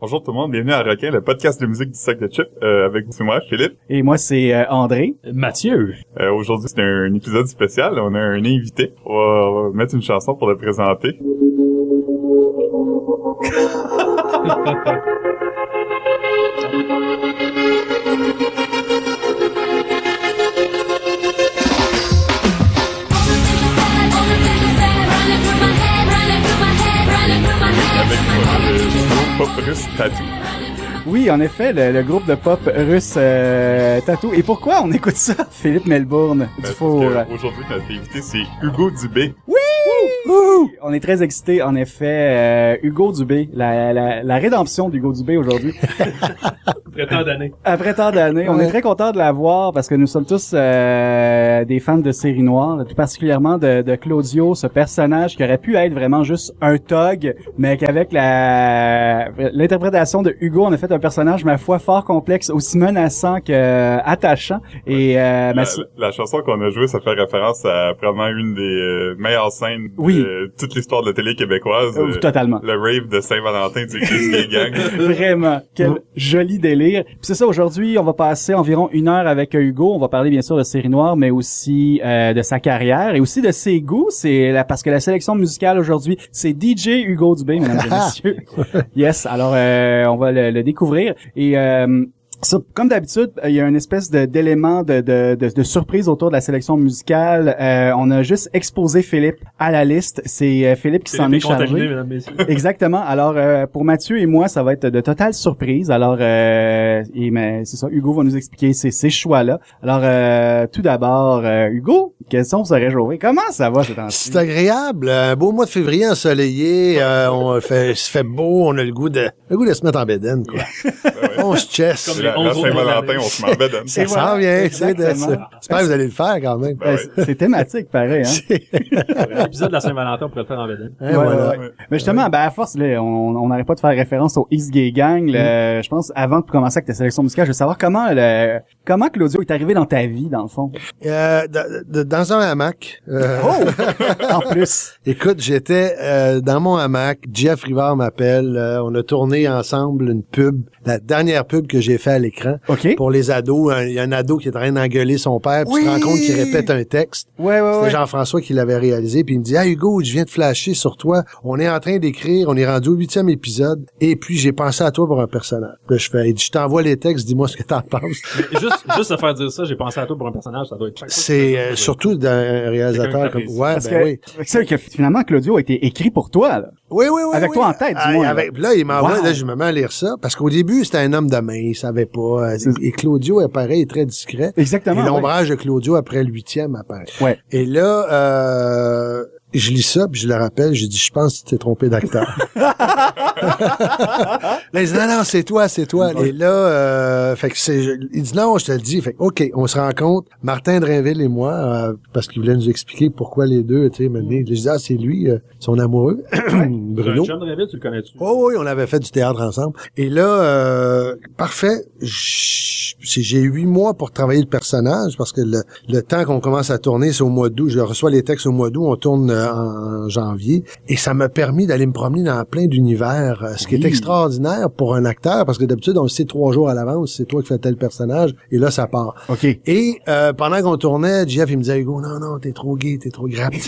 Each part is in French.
Bonjour tout le monde, bienvenue à Requin, le podcast de musique du sac de chips, avec moi, Philippe. Et moi, c'est André. Mathieu. Aujourd'hui, c'est un épisode spécial, on a un invité. On va mettre une chanson pour le présenter. Avec le groupe pop russe Tattoo. Oui, en effet, le groupe de pop russe Tattoo. Et pourquoi on écoute ça, Philippe Melbourne du Four? Aujourd'hui, notre invité, c'est Hugo Dubé. Oui! On est très excités, en effet. Hugo Dubé, la rédemption d'Hugo Dubé aujourd'hui. Après tant d'années. Après tant d'années, on est très contents de la voir parce que nous sommes tous des fans de séries noires, tout particulièrement de Claudio, ce personnage qui aurait pu être vraiment juste un thug, mais qu'avec l'interprétation de Hugo, on a fait un personnage, ma foi, fort complexe, aussi menaçant que attachant. Et la chanson qu'on a jouée, ça fait référence à probablement une des meilleures scènes de toute l'histoire de la télé québécoise. Totalement. Le rave de Saint-Valentin du X Gang. Vraiment. Quel joli délire. Puis c'est ça, aujourd'hui, on va passer environ 1 heure avec Hugo. On va parler bien sûr de séries noires, mais aussi de sa carrière et aussi de ses goûts. Parce que la sélection musicale aujourd'hui, c'est DJ Hugo Dubé, mesdames et messieurs. Yes. Alors, on va le découvrir. Et ça, comme d'habitude, il y a une espèce d'élément de surprise autour de la sélection musicale. On a juste exposé Philippe à la liste. C'est Philippe qui s'en est chargé. Exactement. Alors, pour Mathieu et moi, ça va être de totales surprises. Alors, mais c'est ça, Hugo va nous expliquer ces choix-là. Alors, tout d'abord, Hugo, quels sont ces réjouis? Comment ça va cette année? C'est agréable. Un beau mois de février ensoleillé. Il fait beau. On a le goût de se mettre en bédaine, quoi. On se chesse. La Saint-Valentin, on se met en bédaine. Ça sent bien. J'espère que vous allez le faire quand même. C'est thématique, pareil, hein? L'épisode de la Saint-Valentin, on pourrait le faire en bédaine. Ouais. Mais justement, à force, là, on n'arrête pas de faire référence au X-Gay Gang. Je pense, avant de commencer avec ta sélection musicale, je veux savoir comment Claudio est arrivé dans ta vie, dans le fond. Dans un hamac. En plus. Écoute, j'étais dans mon hamac. Jeff Rivard m'appelle. On a tourné ensemble une pub, la dernière pub que j'ai fait à l'écran pour les ados. Il y a un ado qui est en train d'engueuler son père, puis tu te rends compte qu'il répète un texte. C'était Jean-François qui l'avait réalisé, puis il me dit « Ah Hugo, je viens de flasher sur toi. On est en train d'écrire, on est rendu au 8e épisode, et puis j'ai pensé à toi pour un personnage. » Puis je t'envoie les textes, dis-moi ce que t'en penses. Mais juste à faire dire ça, j'ai pensé à toi pour un personnage, ça doit être... C'est surtout d'un réalisateur comme... Ouais, oui. C'est que finalement, Claudio a été écrit pour toi, là. Oui. Avec toi en tête, du moins. Là, il m'envoie, là, je me mets à lire ça, parce qu'au début, c'était un homme de main, il savait pas. Et Claudio apparaît, il est très discret. Exactement. Et l'ombrage de Claudio après le 8e apparaît. Ouais. Et là, je lis ça, puis je le rappelle, j'ai dit, je pense que tu t'es trompé d'acteur. Là, il dit, non, c'est toi. Et là, fait que il dit, non, je te le dis. Fait que, OK, on se rencontre, Martin Drainville et moi, parce qu'il voulait nous expliquer pourquoi les deux, tu sais, maintenant. Je dis, c'est lui, son amoureux, Bruno. John Drainville, tu le connais-tu? Oh, oui, on avait fait du théâtre ensemble. Et là, parfait, j'ai 8 mois pour travailler le personnage, parce que le temps qu'on commence à tourner, c'est au mois d'août. Je reçois les textes au mois d'août, on tourne en janvier, et ça m'a permis d'aller me promener dans plein d'univers, ce qui est extraordinaire pour un acteur, parce que d'habitude, on le sait 3 jours à l'avance, c'est toi qui fais tel personnage, et là, ça part. OK. Et pendant qu'on tournait, Jeff, il me disait, Hugo, non, t'es trop gay, t'es trop gratis.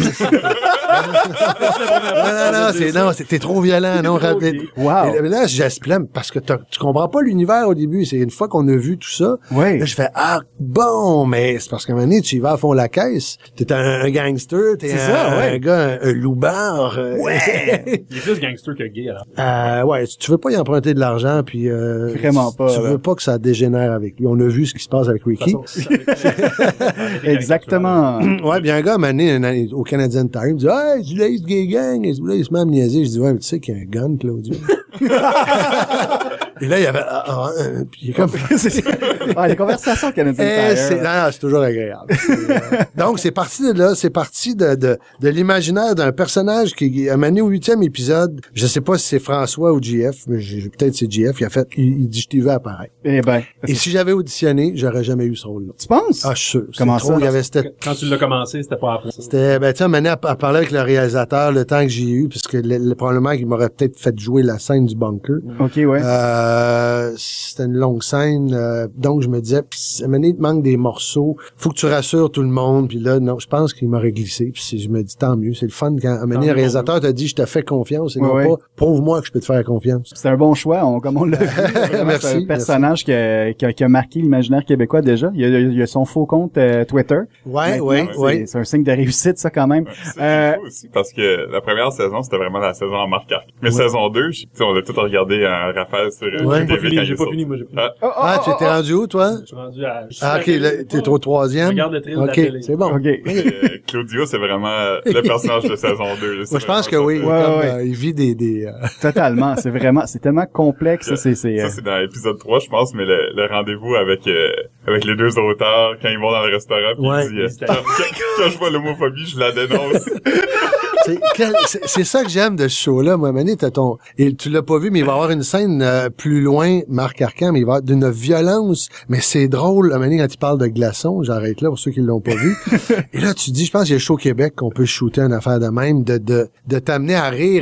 non, t'es trop violent, non. Wow. Et là, j'explique, parce que tu comprends pas l'univers au début, c'est une fois qu'on a vu tout ça, là, je fais, bon, mais c'est parce qu'à un moment donné, tu y vas à fond la caisse, t'es un gangster, t'es un gars, un loupard. Il est plus gangster que gay, alors. Ouais, tu veux pas y emprunter de l'argent, puis vraiment pas. Tu veux pas que ça dégénère avec lui. On a vu ce qui se passe avec Ricky. Exactement. Ouais, bien un gars m'a amené au Canadian Tire, il me dit, hey, tu l'as Gay Gang, et là, il se met à me niaiser. Je dis, ouais, mais tu sais qu'il y a un gun, Claudio. Et là, il y avait, puis il est comme, les conversations Canadian Tire. Non, c'est toujours agréable. Donc, c'est parti de là, c'est parti de l'imaginaire d'un personnage qui a mené au 8e épisode. Je sais pas si c'est François ou JF, mais peut-être c'est JF. Il dit, je t'y veux apparaître. Eh ben. Et si j'avais auditionné, j'aurais jamais eu ce rôle-là. Tu penses? Ah, je suis sûr. Comment trop, ça? Quand tu l'as commencé, c'était pas après ça. C'était, tu sais, à parler avec le réalisateur, le temps que j'ai eu, puisque probablement qu'il m'aurait peut-être fait jouer la scène du bunker. OK, ouais. C'était une longue scène, donc je me disais, à un moment donné, il te manque des morceaux, faut que tu rassures tout le monde, puis là, non, je pense qu'il m'aurait glissé, puis je me dis, tant mieux, c'est le fun quand, à un moment donné, le réalisateur t'a dit, je te fais confiance, et non pas, prouve-moi que je peux te faire confiance. C'est un bon choix, comme on l'a vu. Merci. C'est un personnage qui a marqué l'imaginaire québécois déjà. Il y a son faux compte Twitter. Ouais. C'est un signe de réussite, ça, quand même. C'est fou aussi, parce que la première saison, c'était vraiment la saison en marque. Mais saison 2, on a tout regardé en rafale sur J'ai pas fini, moi, j'ai pas fini. Tu étais rendu où, toi? Je suis rendu à... OK, là, t'es au 3e? Regarde le thrill de la télé. C'est bon. OK. Claudio, c'est vraiment le personnage de saison 2. Là, moi, je pense que oui. Il vit des Totalement. C'est tellement complexe. Ça, c'est dans l'épisode 3, je pense, mais le rendez-vous avec les deux auteurs, quand ils vont dans le restaurant, puis il dit, quand je vois l'homophobie, je la dénonce. C'est ça que j'aime de ce show-là. Moi, Mané, et tu l'as pas vu, mais il va y avoir une scène plus loin, Marc Arcand, mais il va y avoir d'une violence. Mais c'est drôle, Mané, quand il parle de glaçons, j'arrête là pour ceux qui l'ont pas vu. Et là, tu dis, je pense qu'il y a Show Québec qu'on peut shooter une affaire de même, de t'amener à rire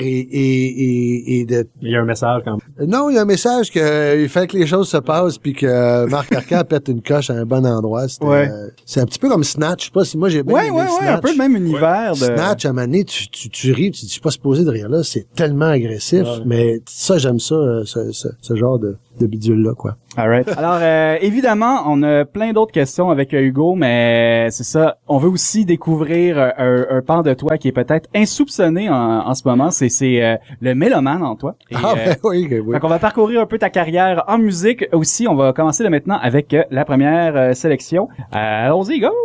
et de... Il y a un message quand même. Non, il y a un message il fait que les choses se passent puis que Marc Arcand pète une coche à un bon endroit. C'est un petit peu comme Snatch. Je sais pas si moi j'ai bien aimé Snatch. Un peu le même univers de... Snatch, à Mané, tu ris, tu dis, je suis pas supposé de rire là, c'est tellement agressif, mais ça, j'aime ça, ce genre de bidule-là, quoi. Alright. Alors, évidemment, on a plein d'autres questions avec Hugo, mais c'est ça. On veut aussi découvrir un pan de toi qui est peut-être insoupçonné en ce moment. C'est le mélomane en toi. Et, oui. Donc, on va parcourir un peu ta carrière en musique aussi. On va commencer là maintenant avec la première sélection. Allons-y, go!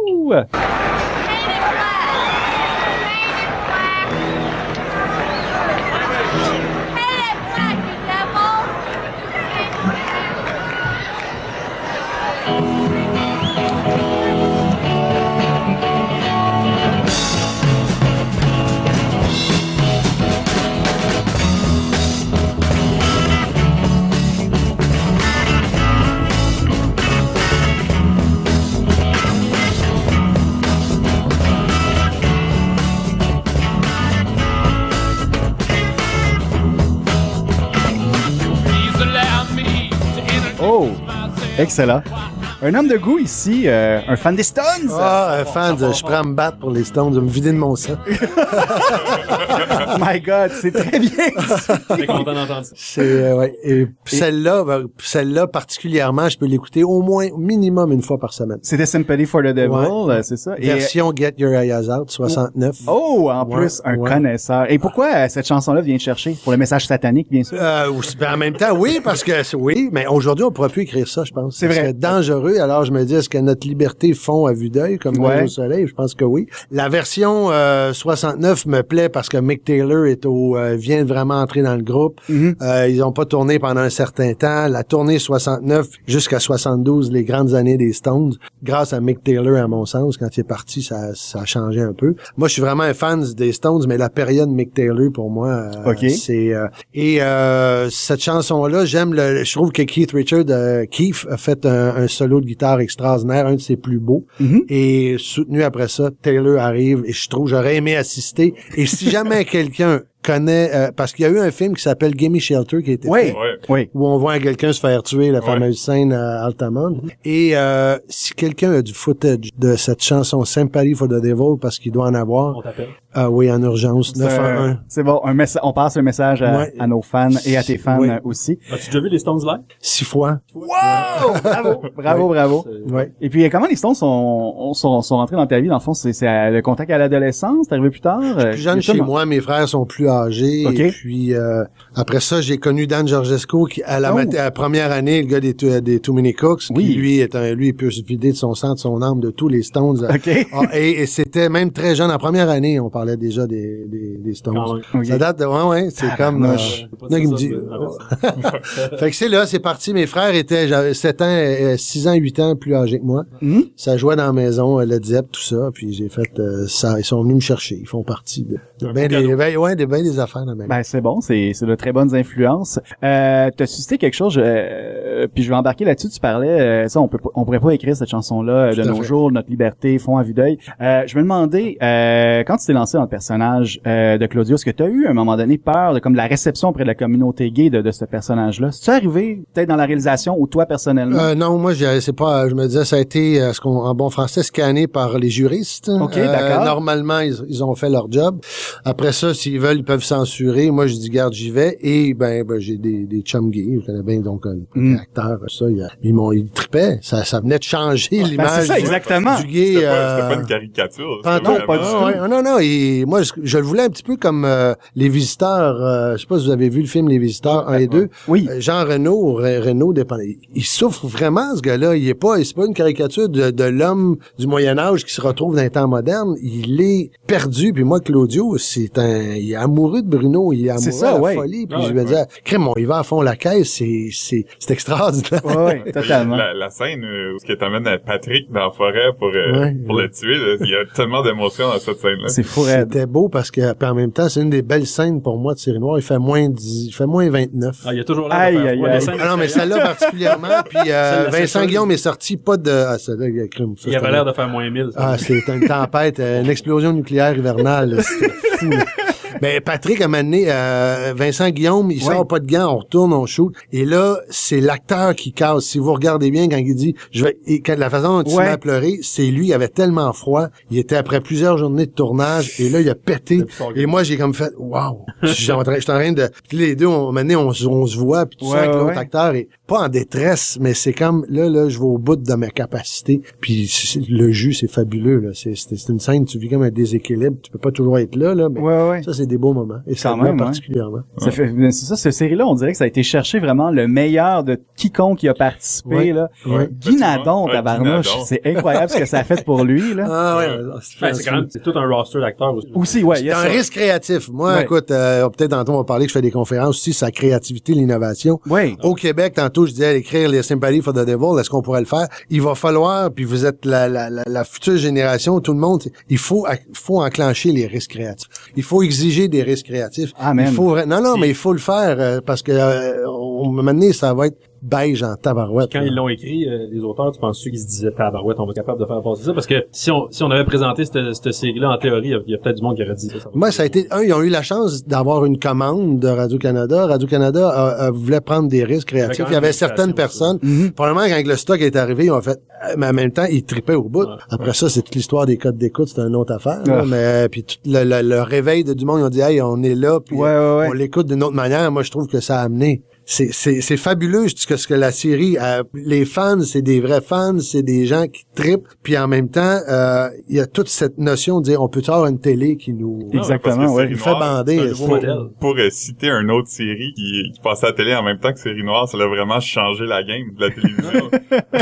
Excellent. Un homme de goût ici, un fan des Stones. Un fan je prends à me battre pour les Stones, de me vider de mon sang. Oh my God, c'est très bien. T'es content d'entendre ça. C'est et celle-là particulièrement, je peux l'écouter au moins minimum une fois par semaine. C'était Sympathy for the Devil, c'est ça. Version Get Your Eyes Out 69. Oh, en plus un connaisseur. Et pourquoi cette chanson-là vient te chercher pour le message satanique, bien sûr? En même temps, oui, parce que mais aujourd'hui on pourrait plus écrire ça, je pense. C'est vrai. serait dangereux. Alors je me dis, est-ce que notre liberté fond à vue d'œil comme au soleil? Je pense que oui. La version 69 me plaît parce que Mick Taylor vient vraiment entrer dans le groupe. Ils ont pas tourné pendant un certain temps. La tournée 69 jusqu'à 72, les grandes années des Stones, grâce à Mick Taylor, à mon sens, quand il est parti, ça a changé un peu. Moi, je suis vraiment un fan des Stones, mais la période Mick Taylor, pour moi, c'est... cette chanson-là, je trouve que Keith a fait un solo de guitare extraordinaire, un de ses plus beaux. Et soutenu après ça, Taylor arrive et j'aurais aimé assister. Et si jamais quelqu'un connaît parce qu'il y a eu un film qui s'appelle Gimme Shelter qui a été fait, où on voit quelqu'un se faire tuer, la fameuse scène à Altamont. Et si quelqu'un a du footage de cette chanson Sympathy for the Devil, parce qu'il doit en avoir, on t'appelle. Oui, en urgence, 911. C'est bon, on passe un message à nos fans et à tes fans aussi. As-tu déjà vu les Stones live? 6 fois. Wow! Bravo. Et puis, comment les Stones sont rentrés dans ta vie? Dans le fond, c'est le contact à l'adolescence? T'es arrivé plus tard? Je suis plus jeune chez moi. Mes frères sont plus âgés. Okay. Et puis, après ça, j'ai connu Dan Georgescu, qui, à la première année, le gars des Too Many Cooks, qui, lui, il peut se vider de son sang, de son âme, de tous les Stones. Okay. Et c'était même très jeune. En première année, on parlait déjà des Stones. Okay. Ça date de, c'est comme, qui me dit, fait que c'est là, c'est parti. Mes frères j'avais 7 ans, 6 ans, 8 ans plus âgés que moi. Ça jouait dans la maison, Led Zepp, tout ça, puis j'ai fait ça. Ils sont venus me chercher. Ils font partie de des affaires dans ma vie. Ben, c'est bon, c'est de très bonnes influences. T'as suscité quelque chose, puis je vais embarquer là-dessus. Tu parlais, ça, on pourrait pas écrire cette chanson-là de nos jours, notre liberté, fond à vue d'œil. Je me demandais, quand tu t'es lancé dans le personnage de Claudio, est-ce que tu as eu à un moment donné peur de comme la réception auprès de la communauté gay de ce personnage-là? C'est-tu arrivé peut-être dans la réalisation ou toi personnellement? Non, moi je me disais ça a été en bon français scanné par les juristes. OK, d'accord. Normalement ils ont fait leur job. Après ça, s'ils veulent, ils peuvent censurer. Moi je dis garde, j'y vais et ben j'ai des chums gays, je connais bien donc un acteur ça, ils trippaient, ça venait de changer l'image c'est ça, exactement. Du gay. C'était pas une caricature. Non, pas du tout. Non, et moi je le voulais un petit peu comme Les Visiteurs, je sais pas si vous avez vu le film Les Visiteurs 1 et 2. Oui. Jean Reno il souffre vraiment ce gars-là, c'est pas une caricature de l'homme du Moyen Âge qui se retrouve dans les temps modernes, il est perdu. Puis moi Claudio, il est amoureux de Bruno, il est amoureux de la folie, puis je vais dire crème, il va à fond la caisse, c'est extraordinaire. Ouais, totalement. La scène où ce qui t'amène Patrick dans la forêt pour le tuer, là, il y a tellement d'émotions dans cette scène-là. C'est fou. C'était beau parce que en même temps, c'est une des belles scènes pour moi de Série Noire. Il fait moins 29. Ah, il y a toujours l'air de faire non, mais celle-là particulièrement. Puis Vincent Guillaume est sorti pas de... Ah, celle-là, il y a crime. Il avait l'air de faire moins 1000. C'est une tempête, une explosion nucléaire hivernale. C'était fou. Ben Patrick a mené Vincent Guillaume, il sort pas de gants, on retourne, on shoot. Et là, c'est l'acteur qui casse. Si vous regardez bien quand il dit la façon dont il se met à pleurer, c'est lui, il avait tellement froid. Il était après plusieurs journées de tournage et là, il a pété. Et moi, j'ai comme fait waouh. Je suis en train de puis les deux on se voit puis tu sens que l'autre acteur est pas en détresse, mais c'est comme là je vais au bout de mes capacités. Puis le jus, c'est fabuleux là. C'est une scène, tu vis comme un déséquilibre, tu peux pas toujours être là mais ça c'est des beaux moments. Et ça même particulièrement. C'est ça, cette série-là, on dirait que ça a été chercher vraiment le meilleur de quiconque y a participé, là. Guy Nadon, tabarnouche. C'est incroyable ce que ça a fait pour lui, là. C'est tout un roster d'acteurs aussi. C'est un risque créatif. Moi, écoute, peut-être tantôt on va parler que je fais des conférences aussi sur la créativité, l'innovation. Au Québec, tantôt, je disais écrire les Sympathy for the Devil, est-ce qu'on pourrait le faire? Il va falloir, puis vous êtes la future génération, tout le monde, il faut enclencher les risques créatifs. Il faut exiger des risques créatifs. Amen. Mais il faut le faire parce que maintenant ça va être beige en tabarouette. Quand ils l'ont écrit, les auteurs, tu penses qu'ils se disaient tabarouette, on va être capable de faire passer ça? Parce que si on avait présenté cette série-là en théorie, il y a peut-être du monde qui aurait dit ça. Moi, ça a été ils ont eu la chance d'avoir une commande de Radio-Canada. Radio-Canada voulait prendre des risques créatifs. Il y avait certaines personnes. Probablement, quand le stock est arrivé, ils ont fait, mais en même temps, ils tripaient au bout. Après ça, c'est toute l'histoire des codes d'écoute, c'est une autre affaire. Là, mais puis tout le réveil du monde, ils ont dit, hey, on est là, puis on l'écoute d'une autre manière. Moi, je trouve que ça a amené. C'est fabuleux ce que la série les fans, c'est des vrais fans, c'est des gens qui trippent, puis en même temps il y a toute cette notion de dire on peut avoir une télé qui nous il fait bander. Pour citer une autre série qui passait à la télé en même temps que Série Noire, ça a vraiment changé la game de la télévision.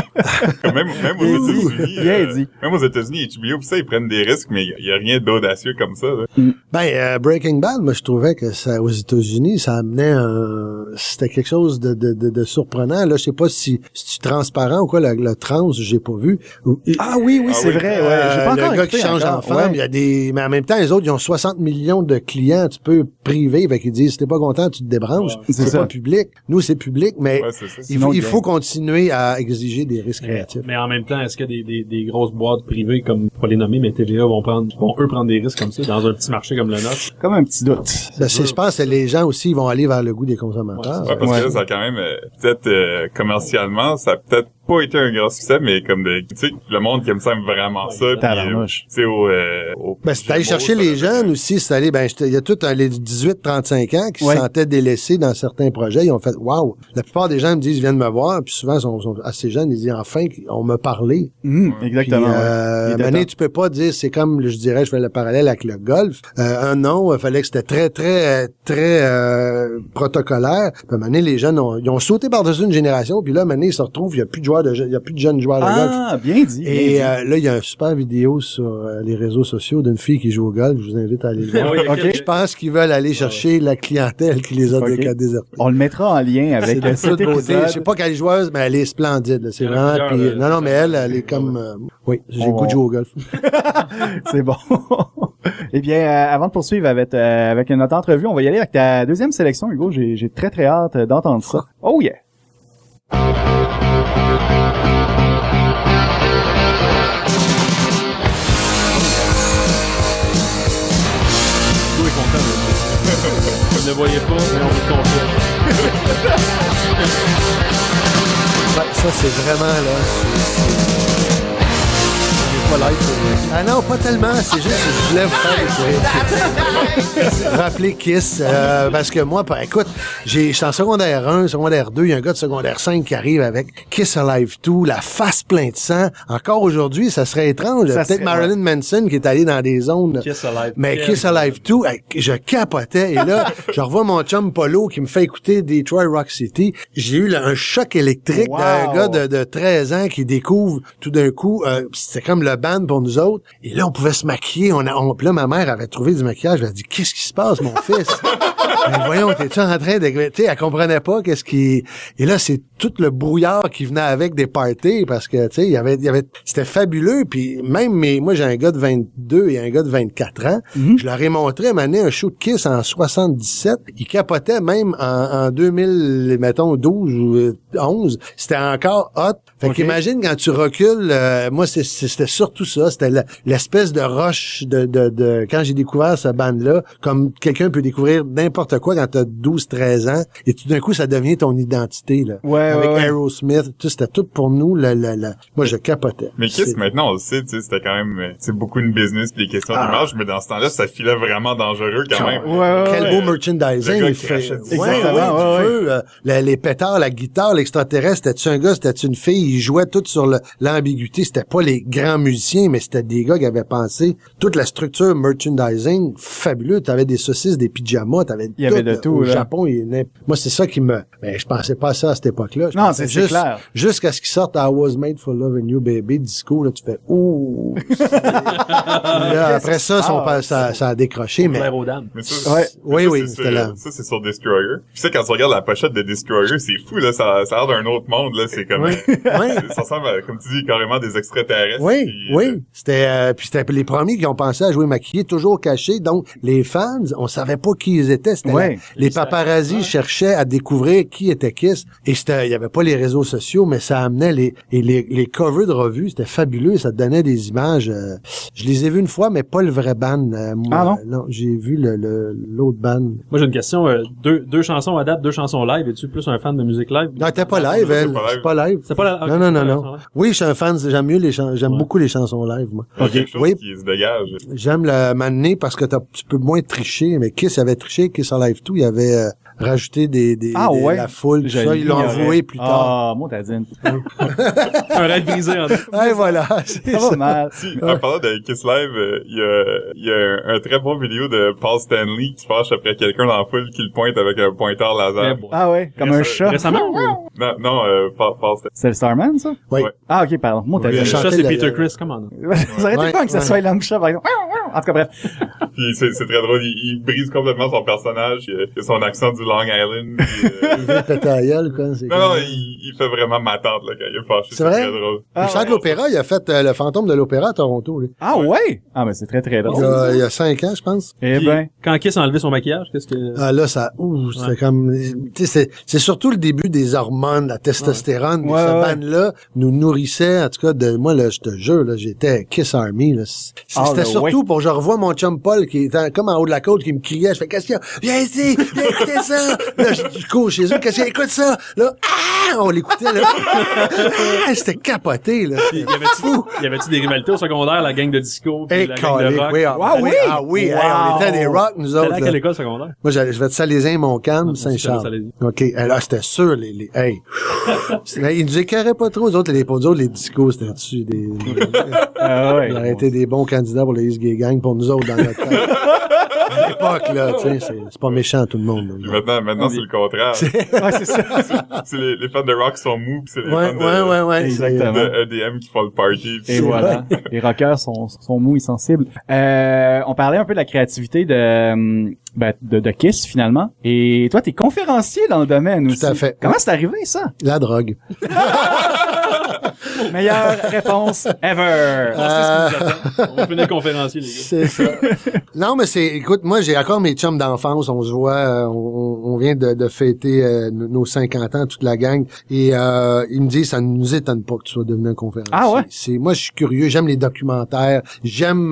même aux États-Unis, HBO, ça ils prennent des risques, mais il y a rien d'audacieux comme ça. Là. Breaking Bad, moi je trouvais que ça aux États-Unis, ça amenait c'était quelque chose de surprenant. Là, je sais pas si c'est transparent ou quoi, le trans, j'ai pas vu. C'est vrai. J'ai pas encore le gars qui change en femme, il y a mais en même temps, les autres, ils ont 60 millions de clients, tu peux privé, fait qu'ils disent, si t'es pas content, tu te débranches. C'est pas public. Nous, c'est public, mais il faut continuer à exiger des risques créatifs. Mais en même temps, est-ce que des grosses boîtes privées, comme, pas les nommer, mais TVA vont eux prendre des risques comme ça, dans un petit marché comme le nôtre? Comme un petit doute. Je pense que les gens aussi, ils vont aller vers le goût des consommateurs. Parce que là, ça a quand même, peut-être commercialement, ça a peut-être pas été un grand succès, mais comme tu sais, le monde qui aime ça aime vraiment ça. Tu sais, c'est d'aller chercher les jeunes aussi, c'est aller, il y a tous les 18-35 ans qui se sentaient délaissés dans certains projets, ils ont fait, waouh! La plupart des gens me disent, ils viennent me voir, puis souvent, ils sont assez jeunes, ils disent, enfin, on m'a parlé. Exactement. Puis, tu peux pas dire, c'est comme, je dirais, je fais le parallèle avec le golf. Il fallait que c'était très, très, très, protocolaire. Puis, les jeunes ils ont sauté par-dessus une génération, puis là, ils se retrouvent, il y a plus de joueurs il y a plus de jeunes joueurs de golf. Ah, bien dit. Et là, il y a une super vidéo sur les réseaux sociaux d'une fille qui joue au golf. Je vous invite à aller le voir. Okay. Je pense qu'ils veulent aller chercher la clientèle qui les a désertés. On le mettra en lien avec cet épisode. Je sais pas qu'elle est joueuse, mais elle est splendide. Là. C'est vraiment. Puis, non, mais elle est comme. Oui, j'ai le goût de jouer au golf. C'est bon. Eh bien, avant de poursuivre avec notre entrevue, on va y aller avec ta deuxième sélection, Hugo. J'ai très très hâte d'entendre ça. Oh yeah. Hugo est content. Vous ne le voyez pas, mais on vous confirme. Ça, c'est vraiment, là... Ah non, pas tellement. C'est juste que je voulais vous faire rappeler Kiss. Parce que moi, écoute, j'étais en secondaire 1, secondaire 2, il y a un gars de secondaire 5 qui arrive avec Kiss Alive 2, la face pleine de sang. Encore aujourd'hui, ça serait étrange. Peut-être Marilyn Manson qui est allé dans des zones. Kiss Alive. Mais Kiss Alive 2, je capotais. Et là, je revois mon chum Polo qui me fait écouter Detroit Rock City. J'ai eu un choc électrique d'un gars de 13 ans qui découvre tout d'un coup, c'était comme le band pour nous autres. Et là, on pouvait se maquiller. Puis là, ma mère avait trouvé du maquillage. Elle a dit, qu'est-ce qui se passe, mon fils? Mais voyons, t'es-tu en train de... Tu sais, elle comprenait pas qu'est-ce qui... Et là, c'est tout le brouillard qui venait avec des parties parce que, tu sais, il y avait... C'était fabuleux. Puis même, moi, j'ai un gars de 22 et un gars de 24 ans. Je leur ai montré, m'amener un show de Kiss en 77. Ils capotaient même en 2000, mettons, 12 ou 11. C'était encore hot. Fait qu'imagine quand tu recules, moi, c'était surtout ça. C'était l'espèce de rush de quand j'ai découvert ce band-là, comme quelqu'un peut découvrir n'importe quoi quand t'as 12-13 ans, et tout d'un coup, ça devient ton identité, là. Avec Aerosmith, c'était tout pour nous, moi, je capotais. Mais Kiss, maintenant, on le sait, tu sais, c'était quand même, c'est beaucoup une business pis des questions d'image, mais dans ce temps-là, ça filait vraiment dangereux, quand même. Quel beau merchandising, il fait. Exactement, les pétards, la guitare, l'extraterrestre, c'était-tu un gars, c'était-tu une fille, ils jouaient tout sur l'ambiguïté, c'était pas les grands musiciens, mais c'était des gars qui avaient pensé toute la structure merchandising fabuleux. T'avais des saucisses, des pyjamas, il y avait de tout au Japon. Moi, c'est ça qui me... je pensais pas à ça à cette époque-là. Non, c'est juste clair. Jusqu'à ce qu'ils sortent I Was Made for Loving You Baby disco, là, tu fais ouh. Là, après ça, ça a décroché, mais. Mais ça, c'était là. Ça, c'est sur Destroyer. Tu sais, quand tu regardes la pochette de Destroyer, c'est fou, là, ça a l'air d'un autre monde, là, c'est comme, ça ressemble à, comme tu dis, carrément des extraterrestres. C'était les premiers qui ont pensé à jouer maquillés, toujours cachés, donc les fans, on savait pas qui ils étaient, c'était les paparazzis cherchaient à découvrir qui était Kiss, et il y avait pas les réseaux sociaux, mais ça amenait les covers de revues, c'était fabuleux, ça te donnait des images, je les ai vus une fois, mais pas le vrai band, non, j'ai vu l'autre band. Moi, j'ai une question, deux chansons à date, 2 chansons live, es-tu plus un fan de musique live? Non, t'es pas live, c'est pas live. C'est pas live? Non. Oui, je suis un fan, j'aime beaucoup les chansons live, moi. Quelque chose qui se dégage. J'aime le m'amener parce que tu peux moins tricher, mais Kiss avait triché, Kiss Alive 2, il avait rajouté la foule, tout ça, ils l'ont avoué plus tard. Ah, moi, t'as dit. Un rêve brisé, en fait. Voilà. Ça va mal. En parlant de Kiss Live, il y a un très bon vidéo de Paul Stanley qui se fâche après quelqu'un dans la foule qui le pointe avec un pointeur laser. Ah ouais, comme un chat. Récemment? Non, Paul Stanley. C'est le Starman, ça? Oui. Ah, ok, pardon. Moi, t'as dit. Le chat, c'est Peter Criss, comment? Ça aurait été fun que ça soit Long Chat, par exemple. En tout cas, bref. Puis c'est très drôle, il brise complètement son personnage, il a son accent du Long Island. Il veut péter à gueule, quoi. Non, il fait vraiment ma tante, là, quand il est fâché. C'est vrai? Très drôle. Le chant de l'opéra, il a fait le fantôme de l'opéra à Toronto, lui. Ah ouais? Ah, mais c'est très très drôle. Il y a 5 ans, je pense. Eh ben. Quand Kiss a enlevé son maquillage, qu'est-ce que... Ah, là, c'est comme, tu sais, c'est surtout le début des hormones, la testostérone, ce band-là nous nourrissait, en tout cas, moi, là, je te jure, là, j'étais Kiss Army, là. C'était surtout pour, je revois mon chum Paul, qui était comme en haut de la côte, qui me criait, je fais, qu'est-ce qu'il y a? Viens ici! Viens écouter ça! Là, je cours chez eux, qu'est-ce qu'il y a? Écoute ça! Là, on l'écoutait, là. C'était capoté, là. Y avait-tu des rivalités au secondaire, la gang de disco, puis la gang de rock? Oui, on était des rock, nous autres. T'allais à quelle école secondaire? Moi, je vais de Salésien, Montcalm, Saint-Charles. OK. Là, c'était sûr, hey. Ils nous écœuraient pas trop, pour nous autres, les discos, c'était dessus des... Ils auraient été des bons candidats pour les East Gay Gang pour nous autres dans notre temps. À l'époque, là, tu sais, c'est pas méchant tout le monde. Puis maintenant, c'est le contraire. Ouais, c'est ça. C'est les fans de rock qui sont mous, pis c'est les fans Exactement. de EDM qui font le party. Et voilà. Les rockers sont mous et sensibles. On parlait un peu de la créativité de Kiss, finalement. Et toi, t'es conférencier dans le domaine aussi. Tout à fait. Comment c'est arrivé, ça? La drogue. Meilleure réponse ever. On va finir conférencier, les gars. C'est ça. Non, mais écoute, moi, j'ai encore mes chums d'enfance. On se voit, on vient de fêter nos 50 ans, toute la gang. Et ils me disent, ça ne nous étonne pas que tu sois devenu un conférencier. Ah ouais? Moi, je suis curieux, j'aime les documentaires, j'aime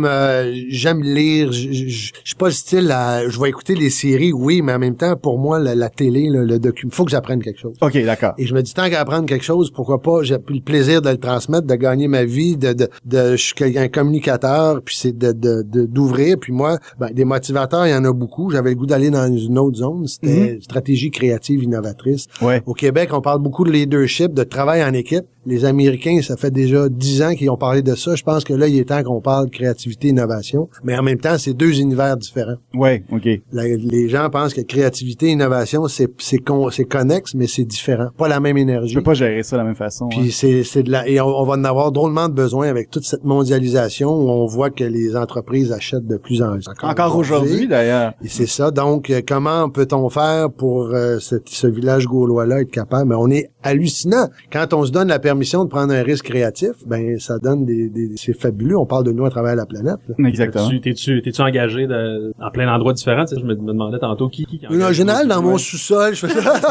lire. Je suis pas le style je vais écouter les séries, oui, mais en même temps, pour moi, la télé, le document, faut que j'apprenne quelque chose. OK, d'accord. Et je me dis, tant qu'à apprendre quelque chose, pourquoi pas, j'ai plus le plaisir de le transmettre, de gagner ma vie, je suis un communicateur, puis c'est d'ouvrir, puis moi, des motivateurs, il y en a beaucoup. J'avais le goût d'aller dans une autre zone, c'était stratégie créative innovatrice. Ouais. Au Québec, on parle beaucoup de leadership, de travail en équipe. Les Américains, ça fait déjà 10 ans qu'ils ont parlé de ça. Je pense que là, il est temps qu'on parle de créativité, innovation. Mais en même temps, c'est deux univers différents. Ouais, OK. Les gens pensent que créativité, innovation, c'est connexe, mais c'est différent. Pas la même énergie. Je peux pas gérer ça de la même façon. Puis et on va en avoir drôlement de besoin avec toute cette mondialisation où on voit que les entreprises achètent de plus en plus. Encore aujourd'hui, d'ailleurs. Et c'est ça. Donc, comment peut-on faire pour ce village gaulois-là être capable? Mais on est hallucinant. Quand on se donne la permission de prendre un risque créatif, ça donne c'est fabuleux. On parle de nous à travers la planète. Là. Exactement. T'es-tu engagé en plein d'endroits différents? Tu sais, je me demandais tantôt qui en général, dans mon sous-sol, je fais ça.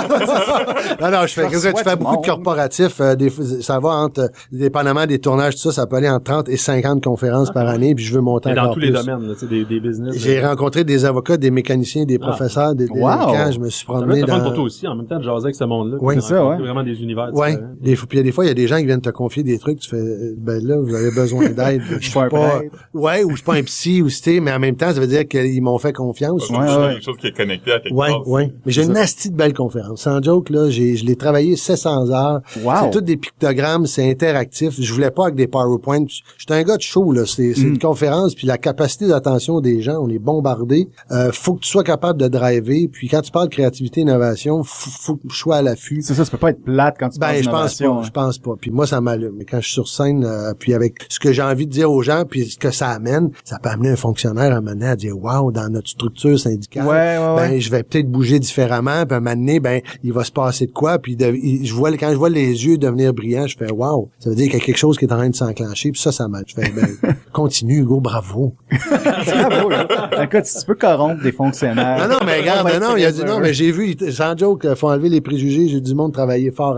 Non, je fais beaucoup de corporatifs. Ça va entre, dépendamment des tournages, tout ça peut aller entre 30 et 50 conférences par année, puis je veux monter encore plus. Dans tous les domaines, tu sais, des business. J'ai rencontré des avocats, des mécaniciens, des professeurs, des délinquants. Je me suis promené dans... pour toi aussi, en même temps, de jaser avec ce monde-là. Oui, c'est ça, ouais. Vraiment des univers différents. Puis des fois, il y a des gens qui viennent te confier des trucs, tu fais, là, vous avez besoin d'aide. Je suis pas ou je suis pas un psy, mais en même temps, ça veut dire qu'ils m'ont fait confiance. C'est quelque chose qui est connecté à quelque part. Oui. Mais j'ai une asti de belle conférence. Sans joke, là, je l'ai travaillé 700 heures. Wow. C'est tout des pictogrammes, c'est interactif. Je voulais pas avec des PowerPoint. J'étais un gars de show, là. C'est une conférence, puis la capacité d'attention des gens, on est bombardé. Faut que tu sois capable de driver. Puis quand tu parles de créativité, innovation, faut que je sois à l'affût. C'est ça peut pas être plate quand tu parles d'innovation. Je pense pas. Puis moi, ça m'allume. Mais quand je suis sur scène, puis avec ce que j'ai envie de dire aux gens, puis ce que ça amène, ça peut amener un fonctionnaire à un moment donné à dire, wow, dans notre structure syndicale, je vais peut-être bouger différemment. Puis à un moment donné, il va se passer de quoi. Puis quand je vois les yeux devenir brillants, je fais, wow, ça veut dire qu'il y a quelque chose qui est en train de s'enclencher. Puis ça marche. Je fais, continue, Hugo, bravo. Bravo. Écoute, si tu peux corrompre des fonctionnaires. Non, mais regarde, il a dit non, mais j'ai vu, sans joke, faut enlever les préjugés. J'ai du monde travailler fort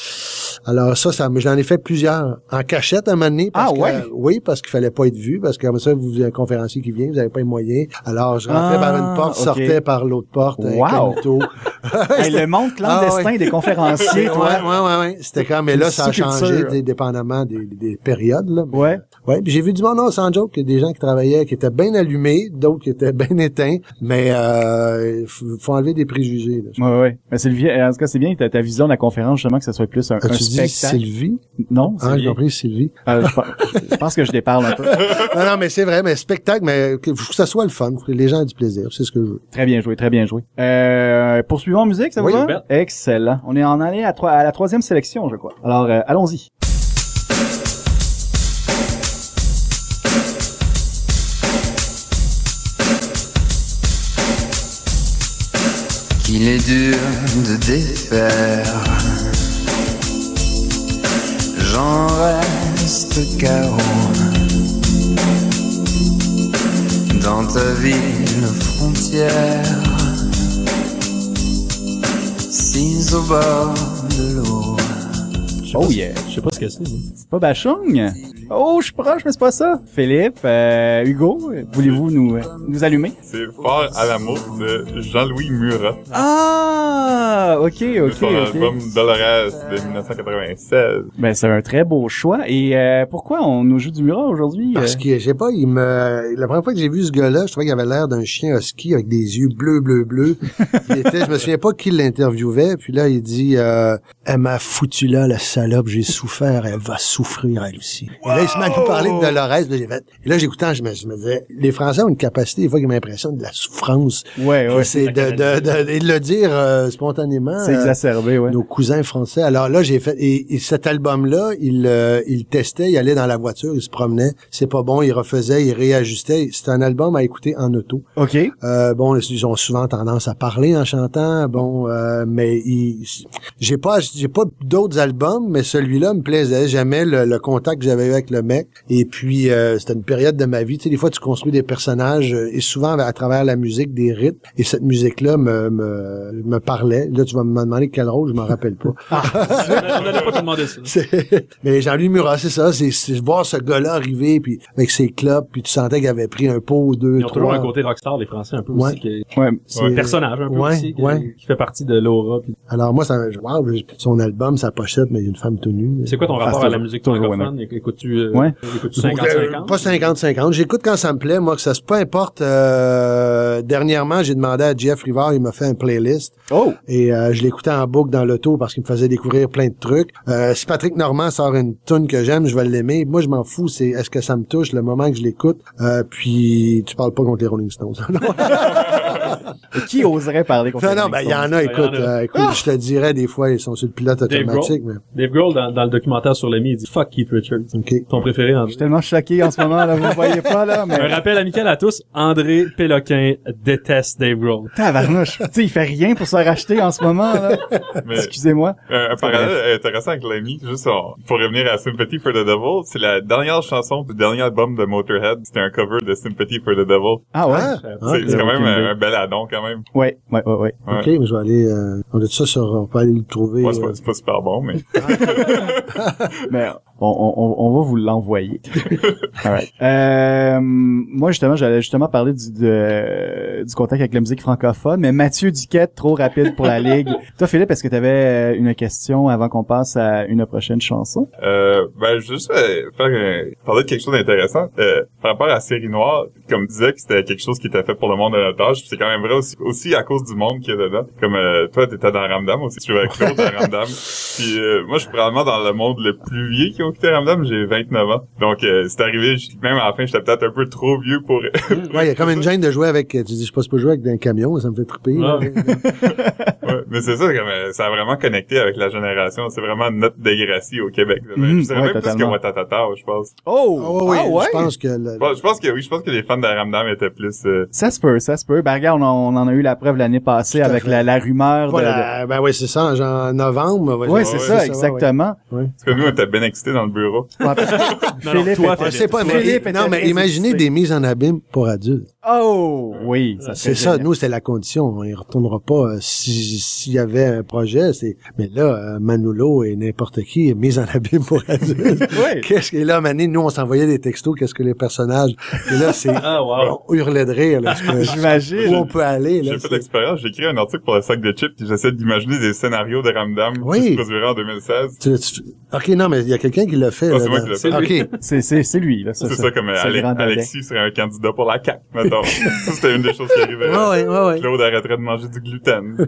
Alors ça, j'en ai fait plusieurs en cachette à un moment donné. Oui, parce qu'il fallait pas être vu, parce que comme ça, vous avez un conférencier qui vient, vous avez pas les moyens. Alors, je rentrais par une porte, sortais par l'autre porte, incognito. Le monde clandestin des conférenciers, toi. Ouais. C'était mais là, ça a changé, dépendamment des périodes, là. Ouais. Ouais, puis j'ai vu du monde, non, sans joke, des gens qui travaillaient, qui étaient bien allumés, d'autres qui étaient bien éteints, mais faut enlever des préjugés, là. Ouais. Mais Sylvie, en tout cas, c'est bien ta vision de la conférence, justement, que ça soit plus un spectacle. Sylvie? Non, j'ai compris Sylvie. Je pense que je déparle un peu. Non, mais c'est vrai, mais spectacle, mais que ça soit le fun, que les gens aient du plaisir, c'est ce que je veux. Très bien joué. Poursuivons en musique, ça vous va? Excellent. On est en allé à la troisième sélection, je crois. Alors, allons-y. Qu'il est dur de défaire, j'en reste KO dans ta ville frontière, sise au bord de l'eau. Oh yeah. Je sais pas ce que c'est. C'est pas Bachung? Oh, je suis proche, mais c'est pas ça. Philippe, Hugo, voulez-vous nous allumer? C'est Fort à l'amour de Jean-Louis Murat. Ah, ok. Son album Dolores de 1996. Ben, c'est un très beau choix. Et pourquoi on nous joue du Murat aujourd'hui? Parce que, je sais pas, la première fois que j'ai vu ce gars-là, je trouvais qu'il avait l'air d'un chien husky avec des yeux bleus. Je me souviens pas qui l'interviewait, puis là, il dit, elle m'a foutu là, la salope, j'ai souffert, elle va souffrir, elle aussi. Et là, il se met à nous parler de Dolores. Et là, j'écoutais, je me disais, les Français ont une capacité, des fois, qui m'impressionne de la souffrance. Ouais. C'est et de le dire spontanément. C'est exacerbé, ouais. Nos cousins français. Alors là, j'ai fait, et cet album-là, il testait, il allait dans la voiture, il se promenait. C'est pas bon, il refaisait, il réajustait. C'est un album à écouter en auto. OK. Bon, ils ont souvent tendance à parler en chantant. Bon, mais j'ai pas d'autres albums, mais celui-là me plaisait. J'aimais le contact que j'avais eu avec le mec. Et puis, c'était une période de ma vie. Tu sais, des fois, tu construis des personnages et souvent à travers la musique, des rythmes. Et cette musique-là me parlait. Là, tu vas me demander quel rôle, je m'en rappelle pas. On n'allait pas te demander ça. Mais Jean-Louis Murat, c'est ça. C'est voir ce gars-là arriver, puis avec ses clopes, puis tu sentais qu'il avait pris un pot ou deux, Ils ont toujours un côté rockstar, les Français, un peu aussi. C'est un personnage, un peu aussi, qui fait partie de l'aura. Puis... Alors moi, son album, sa pochette, mais il y a une femme tout nue. C'est quoi ton rapport à la musique francophone? Écoutes-tu 50-50? Pas 50-50. J'écoute quand ça me plaît, moi, que ça, peu importe. Dernièrement, j'ai demandé à Jeff Rivard, il m'a fait un playlist. Oh! Et je l'écoutais en boucle dans l'auto parce qu'il me faisait découvrir plein de trucs. Si Patrick Normand sort une tune que j'aime, je vais l'aimer. Moi, je m'en fous, c'est est-ce que ça me touche le moment que je l'écoute. Puis tu parles pas contre les Rolling Stones. Qui oserait parler contre les Rolling Stones? Il y en a, écoute, je te dirais, des fois, ils sont sur le pilote automatique. Dave Grohl, dans le documentaire sur l'ami, il dit « Fuck Keith Richards ». Okay. Ton préféré, André. Je suis tellement choqué en ce moment, là, vous ne voyez pas, là, mais... Un rappel amical à tous, André Péloquin déteste Dave Grohl. Tabarnouche. Tu sais, il fait rien pour se racheter en ce moment, là. Excusez-moi. Un parallèle intéressant avec l'ami, juste pour revenir à Sympathy for the Devil, c'est la dernière chanson du dernier album de Motorhead. C'était un cover de Sympathy for the Devil. Ah ouais? C'est quand même un bel addon, quand même. Ouais. OK, mais je vais aller... on a tout ça on peut aller le trouver. Ouais, c'est pas super bon, mais... Mais on va vous l'envoyer. Alright. Moi, justement, j'allais parler du contact avec la musique francophone, mais Mathieu Duquette, trop rapide pour la Ligue. Toi, Philippe, est-ce que tu avais une question avant qu'on passe à une prochaine chanson? Juste parler de quelque chose d'intéressant. Par rapport à Série Noire, comme disais que c'était quelque chose qui était fait pour le monde de notre âge, c'est quand même vrai aussi à cause du monde qu'il y a dedans. Comme toi, t'étais dans Ramdam aussi, tu jouais avec Claude dans Ramdam. Puis moi, je suis probablement dans le monde le plus vieux qui ont quitté Ramdam, j'ai 29 ans. Donc c'est arrivé, même à la fin, j'étais peut-être un peu trop vieux pour... Ouais, il y a comme une gêne de jouer avec... Tu dis, je peux pas jouer avec un camion, ça me fait triper. Ouais, mais c'est ça, ça a vraiment connecté avec la génération. C'est vraiment notre Degrassi au Québec. Je dirais même plus que Watatata, je pense. Oui, je pense que... Je pense que les fans de Ramdam étaient plus... Ça se peut. Ben regarde, on en a eu la preuve l'année passée avec la rumeur de... Ben oui, c'est ça, en novembre. Oui, c'est ça, exactement. Parce que nous, on était bien excités dans le bureau. Philippe, non, mais imaginez des mises en abîme pour adultes. Oh, oui. C'est ça, nous, c'est la condition. On y retournera pas s'il y avait un projet. Mais là, Manolo et n'importe qui est mise en abîme pour adultes. Oui. Et là, Mané, nous, on s'envoyait des textos, qu'est-ce que les personnages... Et là, c'est... On hurlait de rire, là. J'imagine. Où on peut aller, là. J'ai fait l'expérience, j'ai écrit un article pour le sac de chips, puis j'essaie d'imaginer des scénarios de Ramdam qui se produiraient en 2016. OK, non, mais il y a quelqu'un qui l'a fait. C'est moi qui l'ai fait. OK. C'est lui, là. C'est ça, comme Alexis serait un candidat pour la CAQ, mettons. Ça, c'était une des choses qui arrivait. Ouais. Claude arrêterait de manger du gluten.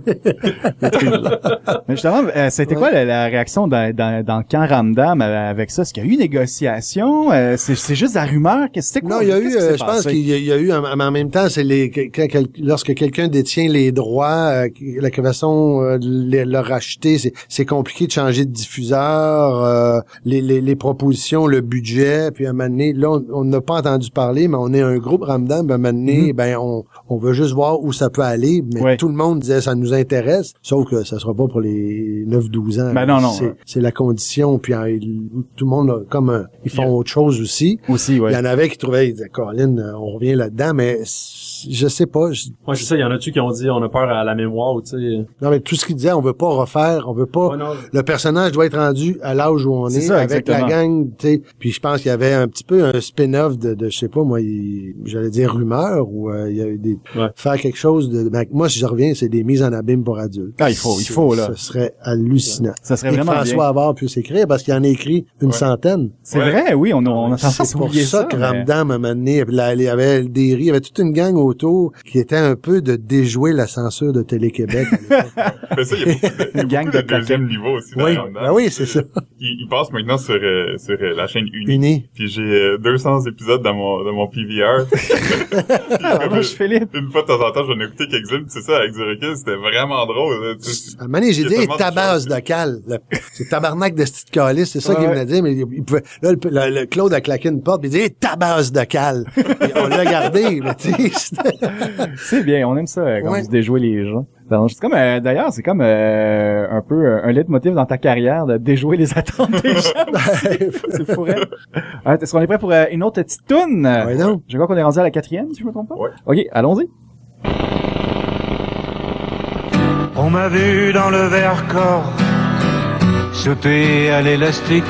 Mais justement, c'était quoi la réaction dans le camp Ramdam avec ça? Est-ce qu'il y a eu négociation? C'est juste la rumeur? C'était quoi? Non, il y a eu, je pense qu'il y a eu, mais en même temps, c'est lorsque quelqu'un détient les droits, la façon de le racheter, c'est compliqué de changer de diffuseur, les propositions, le budget, puis à un moment donné, là, on n'a pas entendu parler, mais on est un groupe Ramdam, à un moment donné, on veut juste voir où ça peut aller, mais tout le monde disait ça nous intéresse, sauf que ça sera pas pour les 9-12 ans. Ben non. C'est la condition, puis tout le monde, ils font autre chose aussi. Il y en avait qui trouvaient, ils disaient, Colin, on revient là-dedans, mais je sais pas. Ouais, c'est ça, il y en a-tu qui ont dit, on a peur à la mémoire, tu sais. Non, mais tout ce qu'ils disaient, on veut pas refaire, on veut pas, le personnage doit être rendu à l'âge où on est ça, avec exactement. La gang, tu sais. Puis je pense qu'il y avait un petit peu un spin-off de je sais pas, moi, j'allais dire rumeur, ou il y a eu des, faire quelque chose moi, si je reviens, c'est des mises en abîme pour adultes. Ah, il faut, là. Ce serait hallucinant. Ça serait vraiment François bien. Havard puisse écrire, parce qu'il en a écrit une centaine. C'est vrai, oui, on a tendance à oublier ça. C'est pour ça que Ramdam, à un moment donné, il y avait des il y avait toute une gang auto qui était un peu de déjouer la censure de Télé-Québec. Mais ça, il y a beaucoup de deuxième niveau aussi. Oui, oui, c'est ça. Il passe maintenant sur la chaîne Uni. Puis j'ai 200 épisodes dans mon PVR. Moi, je Philippe. Une fois de temps en temps, j'en ai écouté quelques-uns, c'est ça, avec du recul, c'était vraiment drôle. À un moment donné, j'ai dit tabasse de cal. C'est tabarnak de petite calice, c'est ça qu'il venait de dire, mais il pouvait, là, le Claude a claqué une porte, puis il dit tabasse de cal. On l'a gardé, mais tu sais. C'est bien, on aime ça, quand on se déjouer les gens. C'est comme, d'ailleurs, c'est comme un peu un leitmotiv dans ta carrière de déjouer les attentes des gens. C'est fou, est-ce qu'on est prêt pour une autre petite toune? Oui, non. Je crois qu'on est rendu à la 4e, si je me trompe pas. Ouais. OK, allons-y. On m'a vu dans le Vercors sauter à l'élastique,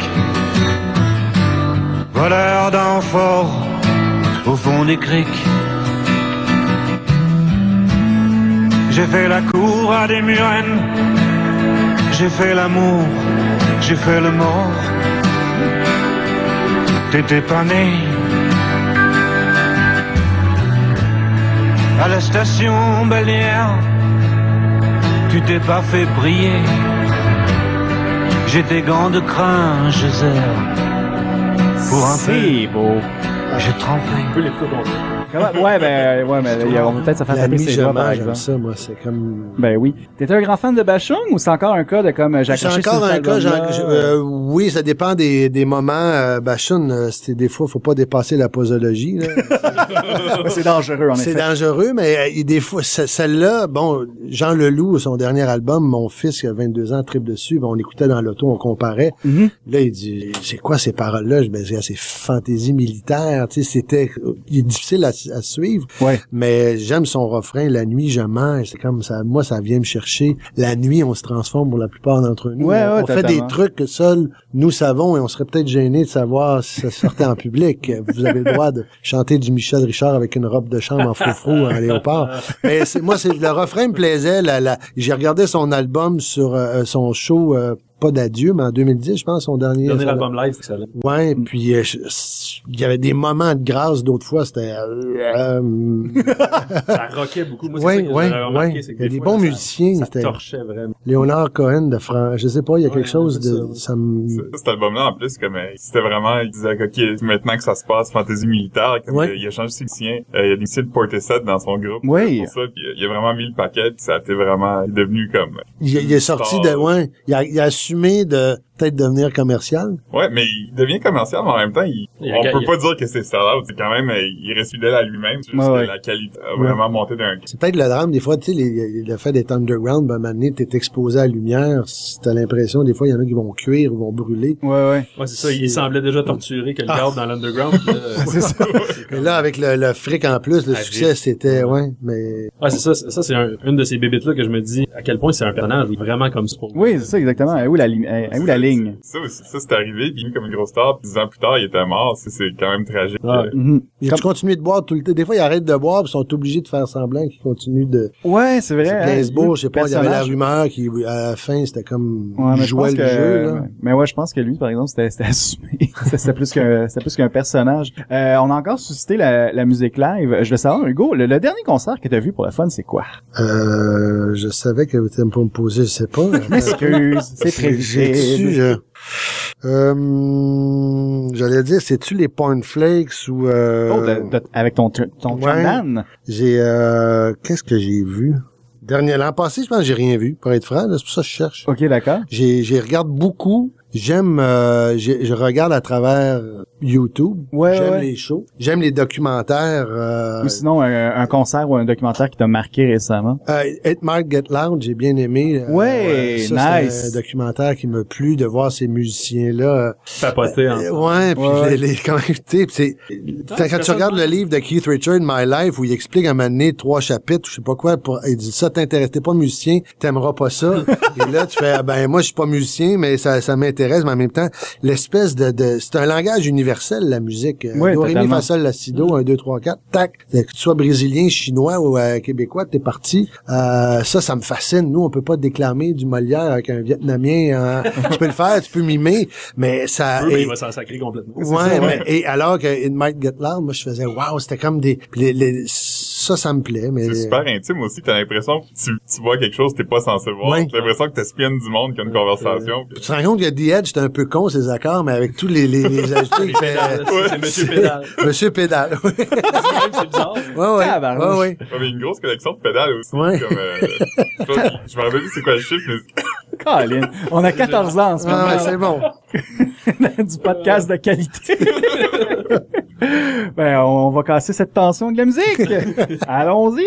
voleur d'amphores au fond des criques. J'ai fait la cour à des murennes, j'ai fait l'amour, j'ai fait le mort. T'étais pas né. À la station balnéaire, tu t'es pas fait briller. J'ai des gants de crin, je pour un peu. C'est beau. J'ai trempé. Un peu les photos comme ça. Ouais, mais on va peut-être se faire taper ses doigts, par exemple. Ça, moi, c'est comme... Ben oui. T'es un grand fan de Bashung ou c'est encore un cas de comme j'ai accroché sur cet album-là? Oui, ça dépend des moments. Bashung, c'était des fois, faut pas dépasser la posologie, là. C'est dangereux, en effet. C'est dangereux, mais des fois, celle-là, bon, Jean Leloup, son dernier album, mon fils, qui a 22 ans, tripe dessus, on écoutait dans l'auto, on comparait. Mm-hmm. Là, il dit, c'est quoi ces paroles-là? Je me disais, c'est fantaisie militaire, tu sais, il est difficile à suivre. Ouais. Mais j'aime son refrain, la nuit, je mens. C'est comme ça, moi, ça vient me chercher. La nuit, on se transforme pour la plupart d'entre nous. On fait des trucs que seuls nous savons et on serait peut-être gênés de savoir si ça sortait en public. Vous avez le droit de chanter du Michel Richard avec une robe de chambre en froufrou, en léopard. Mais le refrain me plaisait. J'ai regardé son album sur son show, pas d'adieu, mais en 2010, je pense, son dernier album live, c'est ça. Ouais, puis il y avait des moments de grâce, d'autres fois, c'était... ça rockait beaucoup. Moi, c'est ça que j'avais remarqué. Il y a des bons musiciens. Ça torchait vraiment. Léonard Cohen de France, je sais pas, il y a quelque chose de... Cet album-là, en plus, comme c'était vraiment... Il disait, OK, maintenant que ça se passe, fantaisie militaire, il a changé ses musiciens. Il y a des musiciens de Portishead dans son groupe. Oui. Pour ça, puis il a vraiment mis le paquet, puis ça a été vraiment... Il est devenu comme... Il est sorti de... Ouais, il a assumé de peut-être devenir commercial. Ouais, mais il devient commercial, mais en même temps, on peut pas dire que c'est sell-out. C'est quand même, il reste fidèle à lui-même. C'est juste que la qualité a vraiment monté d'un... C'est peut-être le drame, des fois, tu sais, le fait d'être underground, ben, maintenant, t'es exposé à la lumière, t'as l'impression, des fois, il y en a qui vont cuire ou vont brûler. Ouais, c'est ça. Il semblait déjà torturé que le garde dans l'underground. C'est ça. Et là, avec le fric en plus, le succès, c'était, mais... Ouais, c'est ça. Ça, c'est une de ces bébites-là que je me dis à quel point c'est un personnage vraiment comme ça. Oui, c'est ça, exactement. Où la ligne? Ça, c'est arrivé, puis comme une grosse star, puis 10 ans plus tard, il était mort. C'est quand même tragique. Tu continues de boire tout le temps. Des fois, ils arrêtent de boire, puis ils sont obligés de faire semblant qu'ils continuent de... Ouais, c'est vrai. Gainsbourg, je sais pas, il y avait la rumeur qui, à la fin, c'était comme, il jouait le jeu, là. Mais ouais, je pense que lui, par exemple, c'était assumé. c'était plus qu'un personnage. On a encore suscité la musique live. Je veux savoir, Hugo, le dernier concert que t'as vu pour le fun, c'est quoi? Je savais que vous allez pas me poser, je sais pas. Je m'excuse, c'est prévisible. J'allais dire, c'est-tu les Porn Flakes ou avec ton Dan? J'ai qu'est-ce que j'ai vu? L'an passé, je pense que j'ai rien vu, pour être franc, c'est pour ça que je cherche. OK, d'accord. J'ai regarde beaucoup. J'aime je regarde à travers YouTube. J'aime les shows. J'aime les documentaires. Ou sinon un concert ou un documentaire qui t'a marqué récemment. It Might Get Loud, j'ai bien aimé. Ça, nice. C'est un documentaire qui m'a plu de voir ces musiciens-là. Papoter. Puis quand tu regardes le livre de Keith Richards, My Life, où il explique à un moment donné 3 chapitres, je sais pas quoi, il dit ça t'intéresse, t'es pas musicien, t'aimeras pas ça. Et là, tu fais, moi je suis pas musicien, mais ça m'intéresse, mais en même temps, l'espèce de c'est un langage universel, la musique. Do, ré, mi, fa, sol, la, si, do, 1, 2, 3, 4, tac. Que tu sois brésilien, chinois ou québécois, t'es parti. Ça me fascine. Nous, on peut pas déclamer du Molière avec un Vietnamien. Tu peux le faire, tu peux mimer, mais ça... mais il va s'en sacrer complètement. Et alors que It Might Get Loud, moi, je faisais, wow, c'était comme ça me plaît, mais... C'est super intime aussi, t'as l'impression que tu vois quelque chose que t'es pas censé voir. Ouais. T'as l'impression que t'espionnes du monde qui a une conversation. Tu te rends compte que The Edge, c'est un peu con, ces accords, mais avec tous les ajoutés, il fait... C'est Monsieur Pédale. Monsieur Pédale, oui. C'est bizarre. Ouais. Ouais, mais une grosse collection de pédales aussi. Ouais. Comme, je me rappelle plus c'est quoi le chiffre, mais... Colin, on a 14 ans en ce moment. Ouais, c'est bon. Du podcast de qualité. Ben, on va casser cette tension de la musique. Allons-y.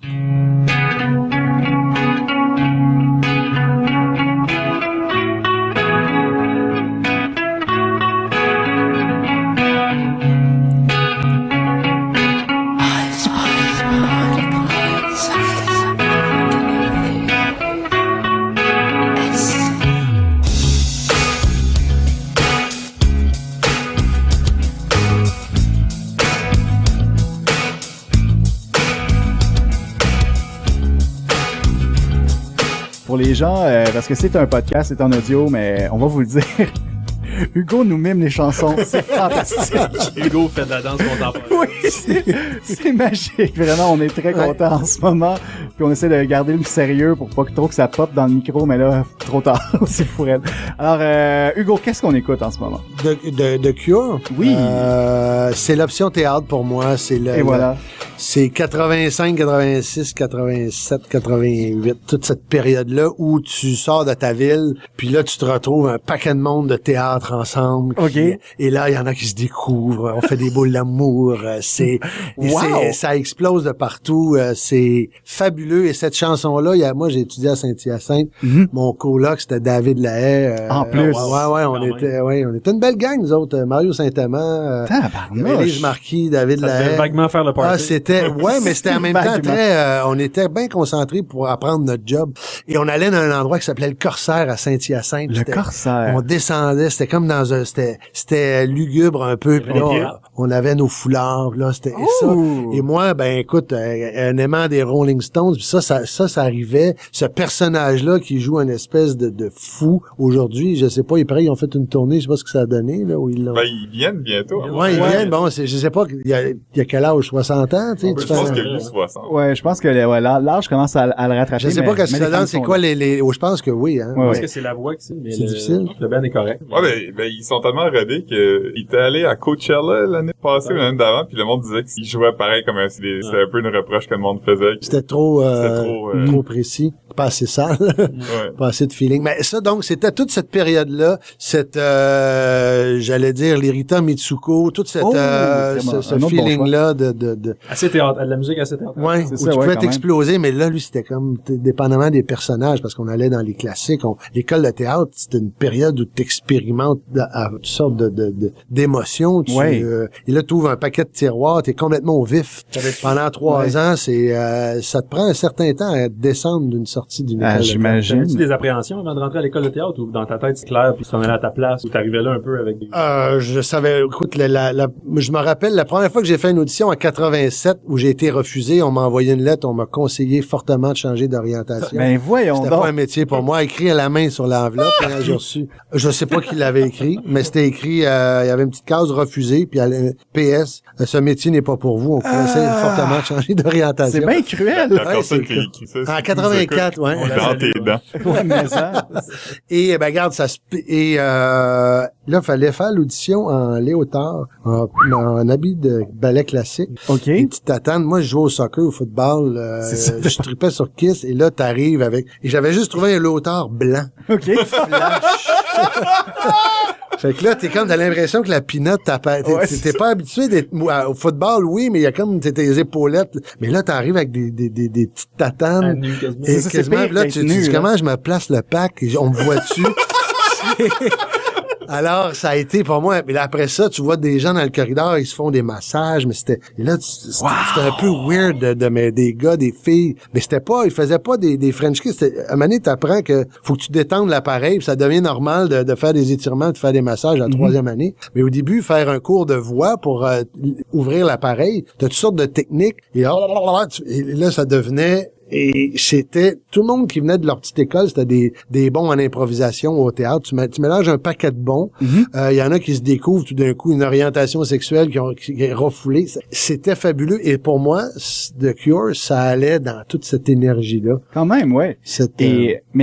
Pour les gens, parce que c'est un podcast, c'est en audio, mais on va vous le dire. Hugo nous mime les chansons, c'est fantastique. Hugo fait de la danse contemporaine. Oui, c'est magique. Vraiment, on est très contents en ce moment. Puis on essaie de garder le sérieux pour pas trop que ça pop dans le micro, mais là, trop tard, c'est fou elle. Alors, Hugo, qu'est-ce qu'on écoute en ce moment? De Cure? Oui. C'est l'option théâtre pour moi. Et voilà. C'est 85, 86, 87, 88, toute cette période-là où tu sors de ta ville, puis là, tu te retrouves un paquet de monde de théâtre ensemble. OK. Et là, il y en a qui se découvrent. On fait des boules d'amour. Ça explose de partout. C'est fabuleux. Et cette chanson-là, moi, j'ai étudié à Saint-Hyacinthe. Mm-hmm. Mon coloc, c'était David Lahaye. En plus. On était une belle gang, nous autres. Mario Saint-Amand. Élise Marquis, David Lahaye. Ça devait vaguement faire le party. Mais c'était en même temps très, on était bien concentrés pour apprendre notre job. Et on allait dans un endroit qui s'appelait le Corsaire à Saint-Hyacinthe. Le Corsaire. On descendait, c'était comme dans c'était lugubre un peu. Puis là, on avait nos foulards, là, c'était ça. Et moi, ben, écoute, un aimant des Rolling Stones, puis ça arrivait. Ce personnage-là qui joue une espèce de fou aujourd'hui, je sais pas, ils ont fait une tournée, je sais pas ce que ça a donné, là, où ils l'ont. Ben, ils viennent bientôt. Ouais, ils viennent, bon, je sais pas, il y a quel âge, 60 ans, tu sais. Je pense qu'il y a eu 60. Ouais, je pense que l'âge commence à le rattraper. Je sais pas qu'est-ce que ça donne, c'est quoi je pense que oui, hein. Ouais, Parce que c'est la voix que c'est, mais c'est difficile. Le band est correct. Ouais, ben, ils sont tellement rodés qu'ils étaient allés à Coachella l'année passée ou l'année d'avant, puis le monde disait qu'ils jouaient pareil comme c'était un peu une reproche que le monde faisait. C'était trop précis, pas assez sale, pas assez de feeling. Mais ça, donc, c'était toute cette période-là, j'allais dire, l'Irita Mitsuko, toute cette, ce feeling-là de assez théâtre, de la musique assez théâtre. Ouais, où tu pouvais t'exploser, mais là, lui, c'était comme, dépendamment des personnages, parce qu'on allait dans les classiques, l'école de théâtre, c'était une période où tu expérimentes à toutes sortes d'émotions. Et là, tu ouvres un paquet de tiroirs, t'es complètement au vif. Pendant 3 ans, ça te prend un certain temps à descendre d'une sortie d'une école. J'imagine. T'avais-tu des appréhensions avant de rentrer à l'école de théâtre, ou dans ta tête, c'est clair, puis tu t'en allais à ta place, ou t'arrivais là un peu avec des... Je savais, écoute, je me rappelle, la première fois que j'ai fait une audition en 87, où j'ai été refusé, on m'a envoyé une lettre, on m'a conseillé fortement de changer d'orientation. Ben voyons donc. C'était pas un métier pour moi, écrit à la main sur l'enveloppe, j'ai reçu. Je sais pas qui l'avait écrit, mais c'était écrit, il y avait une petite case refusée, puis PS, ce métier n'est pas pour vous, on conseille fortement de changer d'orientation. C'est bien cruel. La personne qui a écrit ça. En 84, ouais. On dans tes dents. Ouais, mais ça. Et ben regarde, là, fallait faire l'audition en léotard, en habit de ballet classique. OK. Et tu t'attends. Moi, je jouais au soccer, au football. Je tripais sur Kiss. Et là, t'arrives avec... Et j'avais juste trouvé un léotard blanc. OK. Flash. Fait que là, t'as l'impression que la pinotte t'es pas habitué d'être au football, oui, mais il y a comme tes épaulettes. Mais là, t'arrives avec des petites tatanes. Et quasiment, là, tu dis comment je me place le pack, on me voit-tu? Alors, ça a été pour moi. Mais là, après ça, tu vois des gens dans le corridor, ils se font des massages, mais c'était un peu weird des gars, des filles. Mais ils faisaient pas des French kiss. À un moment donné, t'apprends que faut que tu détendes l'appareil, puis ça devient normal de faire des étirements, de faire des massages en 3e année. Mais au début, faire un cours de voix pour ouvrir l'appareil, t'as toutes sortes de techniques. Et là, ça devenait... Et c'était tout le monde qui venait de leur petite école, c'était des bons en improvisation au théâtre. Tu mélanges un paquet de bons. Il y en a qui se découvrent tout d'un coup une orientation sexuelle qui est refoulée. C'était fabuleux. Et pour moi, The Cure, ça allait dans toute cette énergie-là. Quand même, ouais. Mais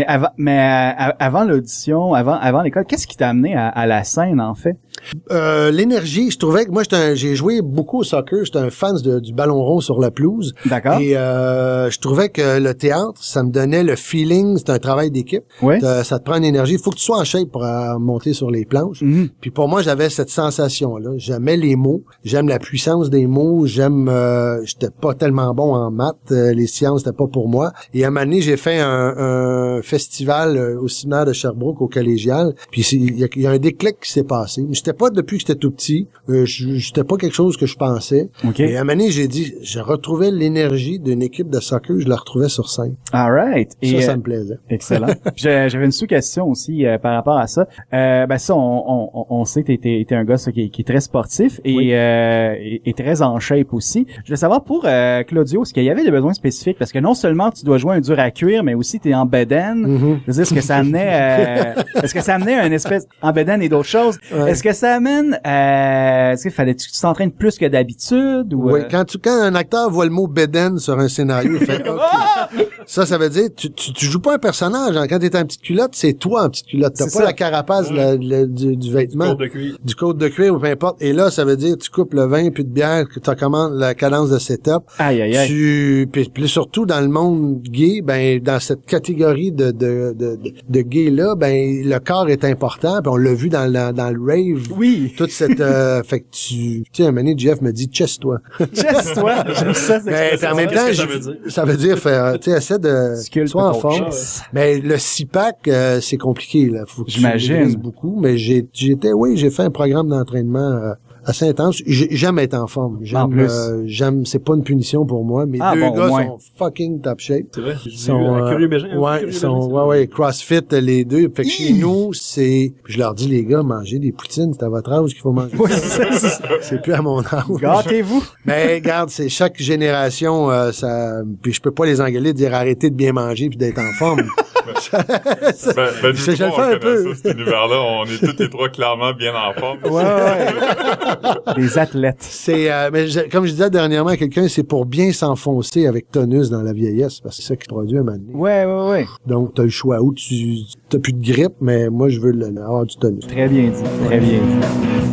avant l'audition, avant l'école, qu'est-ce qui t'a amené à la scène, en fait? L'énergie, je trouvais que moi j'ai joué beaucoup au soccer, j'étais un fan du ballon rond sur la pelouse. D'accord. Et je trouvais que le théâtre, ça me donnait le feeling, c'est un travail d'équipe. Ouais. Ça te prend une énergie, il faut que tu sois en shape pour monter sur les planches. Puis pour moi, j'avais cette sensation là, j'aimais les mots, j'aime la puissance des mots, j'étais pas tellement bon en maths, les sciences c'était pas pour moi. Et à un moment donné, j'ai fait un festival au séminaire de Sherbrooke au collégial, puis il y a un déclic qui s'est passé. J'étais pas depuis que j'étais tout petit, j'étais pas quelque chose que je pensais. Okay. Et à un moment donné, j'ai dit, je retrouvais l'énergie d'une équipe de soccer, je la retrouvais sur scène. All right. Ça me plaisait. Excellent. J'avais une sous-question aussi par rapport à ça. Ça, on sait que t'es un gars qui est très sportif et très en shape aussi. Je veux savoir pour Claudio, est-ce qu'il y avait des besoins spécifiques? Parce que non seulement tu dois jouer un dur à cuire, mais aussi t'es en bedaine. Je veux dire, est-ce que ça amenait un espèce en bedaine et d'autres choses? Ouais. Est-ce que ça amène est-ce qu'il fallait que tu t'entraînes plus que d'habitude ou Oui, quand un acteur voit le mot bedaine sur un scénario, il fait OK. Ça veut dire tu joues pas un personnage. Hein. Quand t'es en petite culotte, c'est toi en petite culotte. T'as pas la carapace du vêtement. Du côte de cuir ou peu importe. Et là, ça veut dire tu coupes le vin puis de bière, que tu recommences la cadence de setup. Aïe aïe aïe. Puis surtout dans le monde gay, ben dans cette catégorie de gay là, ben le corps est important. Puis on l'a vu dans le rave. Oui. Toute cette fait que tu sais un moment donné, Jeff me dit chest-toi. Chest-toi. J'aime ça. Mais en même temps, ça veut dire faire, tu sais, essaie de sois en forme. Mais le 6-pack, c'est compliqué là. Faut que j'imagine beaucoup. Mais j'ai fait un programme d'entraînement assez intense. J'aime être en forme. J'aime, c'est pas une punition pour moi. Mes deux gars sont fucking top shape. C'est vrai. Ils sont CrossFit les deux. Fait que chez nous, je leur dis les gars, mangez des poutines, c'est à votre âge qu'il faut manger. C'est plus à mon âge. Gâtez-vous. Mais regarde, c'est chaque génération, puis je peux pas les engueuler de dire arrêtez de bien manger puis d'être en forme. Je le fais un peu. Cet univers-là, on est tous les trois clairement bien en forme. Ouais. Des athlètes. Mais comme je disais dernièrement à quelqu'un, c'est pour bien s'enfoncer avec tonus dans la vieillesse, parce que c'est ça qui produit un moment donné. Ouais. Donc, t'as le choix. Ou t'as plus de grippe, mais moi, je veux avoir du tonus. Très bien dit. Très bien dit.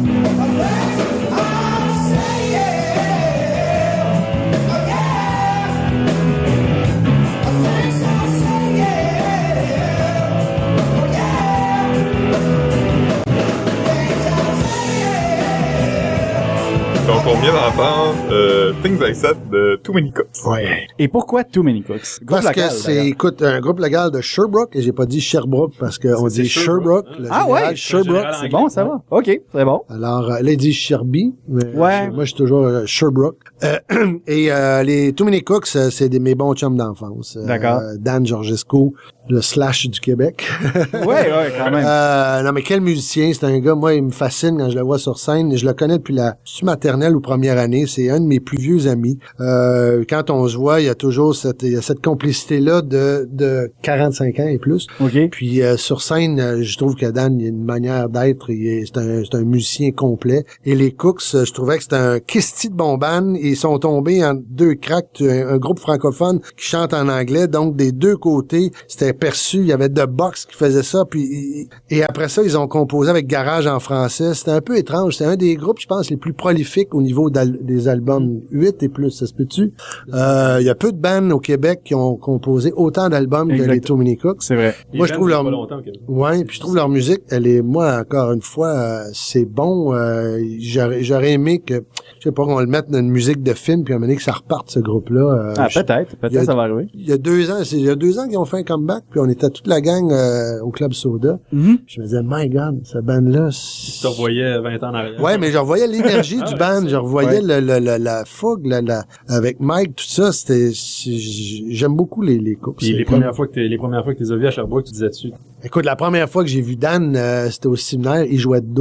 On vient d'entendre Things I Said de Too Many Cooks. Ouais. Et pourquoi Too Many Cooks? Parce que c'est, écoute, un groupe local de Sherbrooke, et j'ai pas dit Sherbrooke parce qu'on dit Sherbrooke. Sherbrooke. C'est bon, ça va. OK, c'est bon. Alors, là, il dit Sherby, mais moi, je suis toujours Sherbrooke. Et les Too Many Cooks, c'est mes bons chums d'enfance. D'accord. Dan Georgescu, le Slash du Québec. ouais, quand même. Non, mais quel musicien, c'est un gars, moi, il me fascine quand je le vois sur scène. Je le connais depuis la maternelle ou première année. C'est un de mes plus vieux amis. Quand on se voit, il y a toujours cette complicité-là de 45 ans et plus. OK. Puis sur scène, je trouve que Dan, il a une manière d'être. C'est un musicien complet. Et les Cooks, je trouvais que c'était un Kisti de bon band. Ils sont tombés en deux cracks. Un groupe francophone qui chante en anglais. Donc, des deux côtés, c'était perçu. Il y avait The Box qui faisait ça. Puis et après ça, ils ont composé avec Garage en français. C'était un peu étrange. C'est un des groupes, je pense, les plus prolifiques au niveau des albums. 8 et plus, ça se peut-tu? Il y a peu de bands au Québec qui ont composé autant d'albums que les Too Many Cooks. C'est vrai. Moi, je trouve leur puis je trouve leur musique, elle est, moi, encore une fois, c'est bon. J'aurais aimé que, je sais pas, qu'on le mette dans une musique de film, puis à un moment donné que ça reparte, ce groupe-là. Peut-être ça va arriver. Il y a 2 ans, qu'ils ont fait un comeback, puis on était toute la gang au Club Soda. Je me disais, my God, cette band-là... Tu te revoyais 20 ans en arrière. Ouais, mais je revoyais l'énergie du band, je revoyais la fougue, avec Mike, tout ça, j'aime beaucoup les Cooks. Puis les premières fois que tu les as vus à Sherbrooke, tu disais dessus. Écoute, la première fois que j'ai vu Dan, c'était au séminaire, il jouait de dos.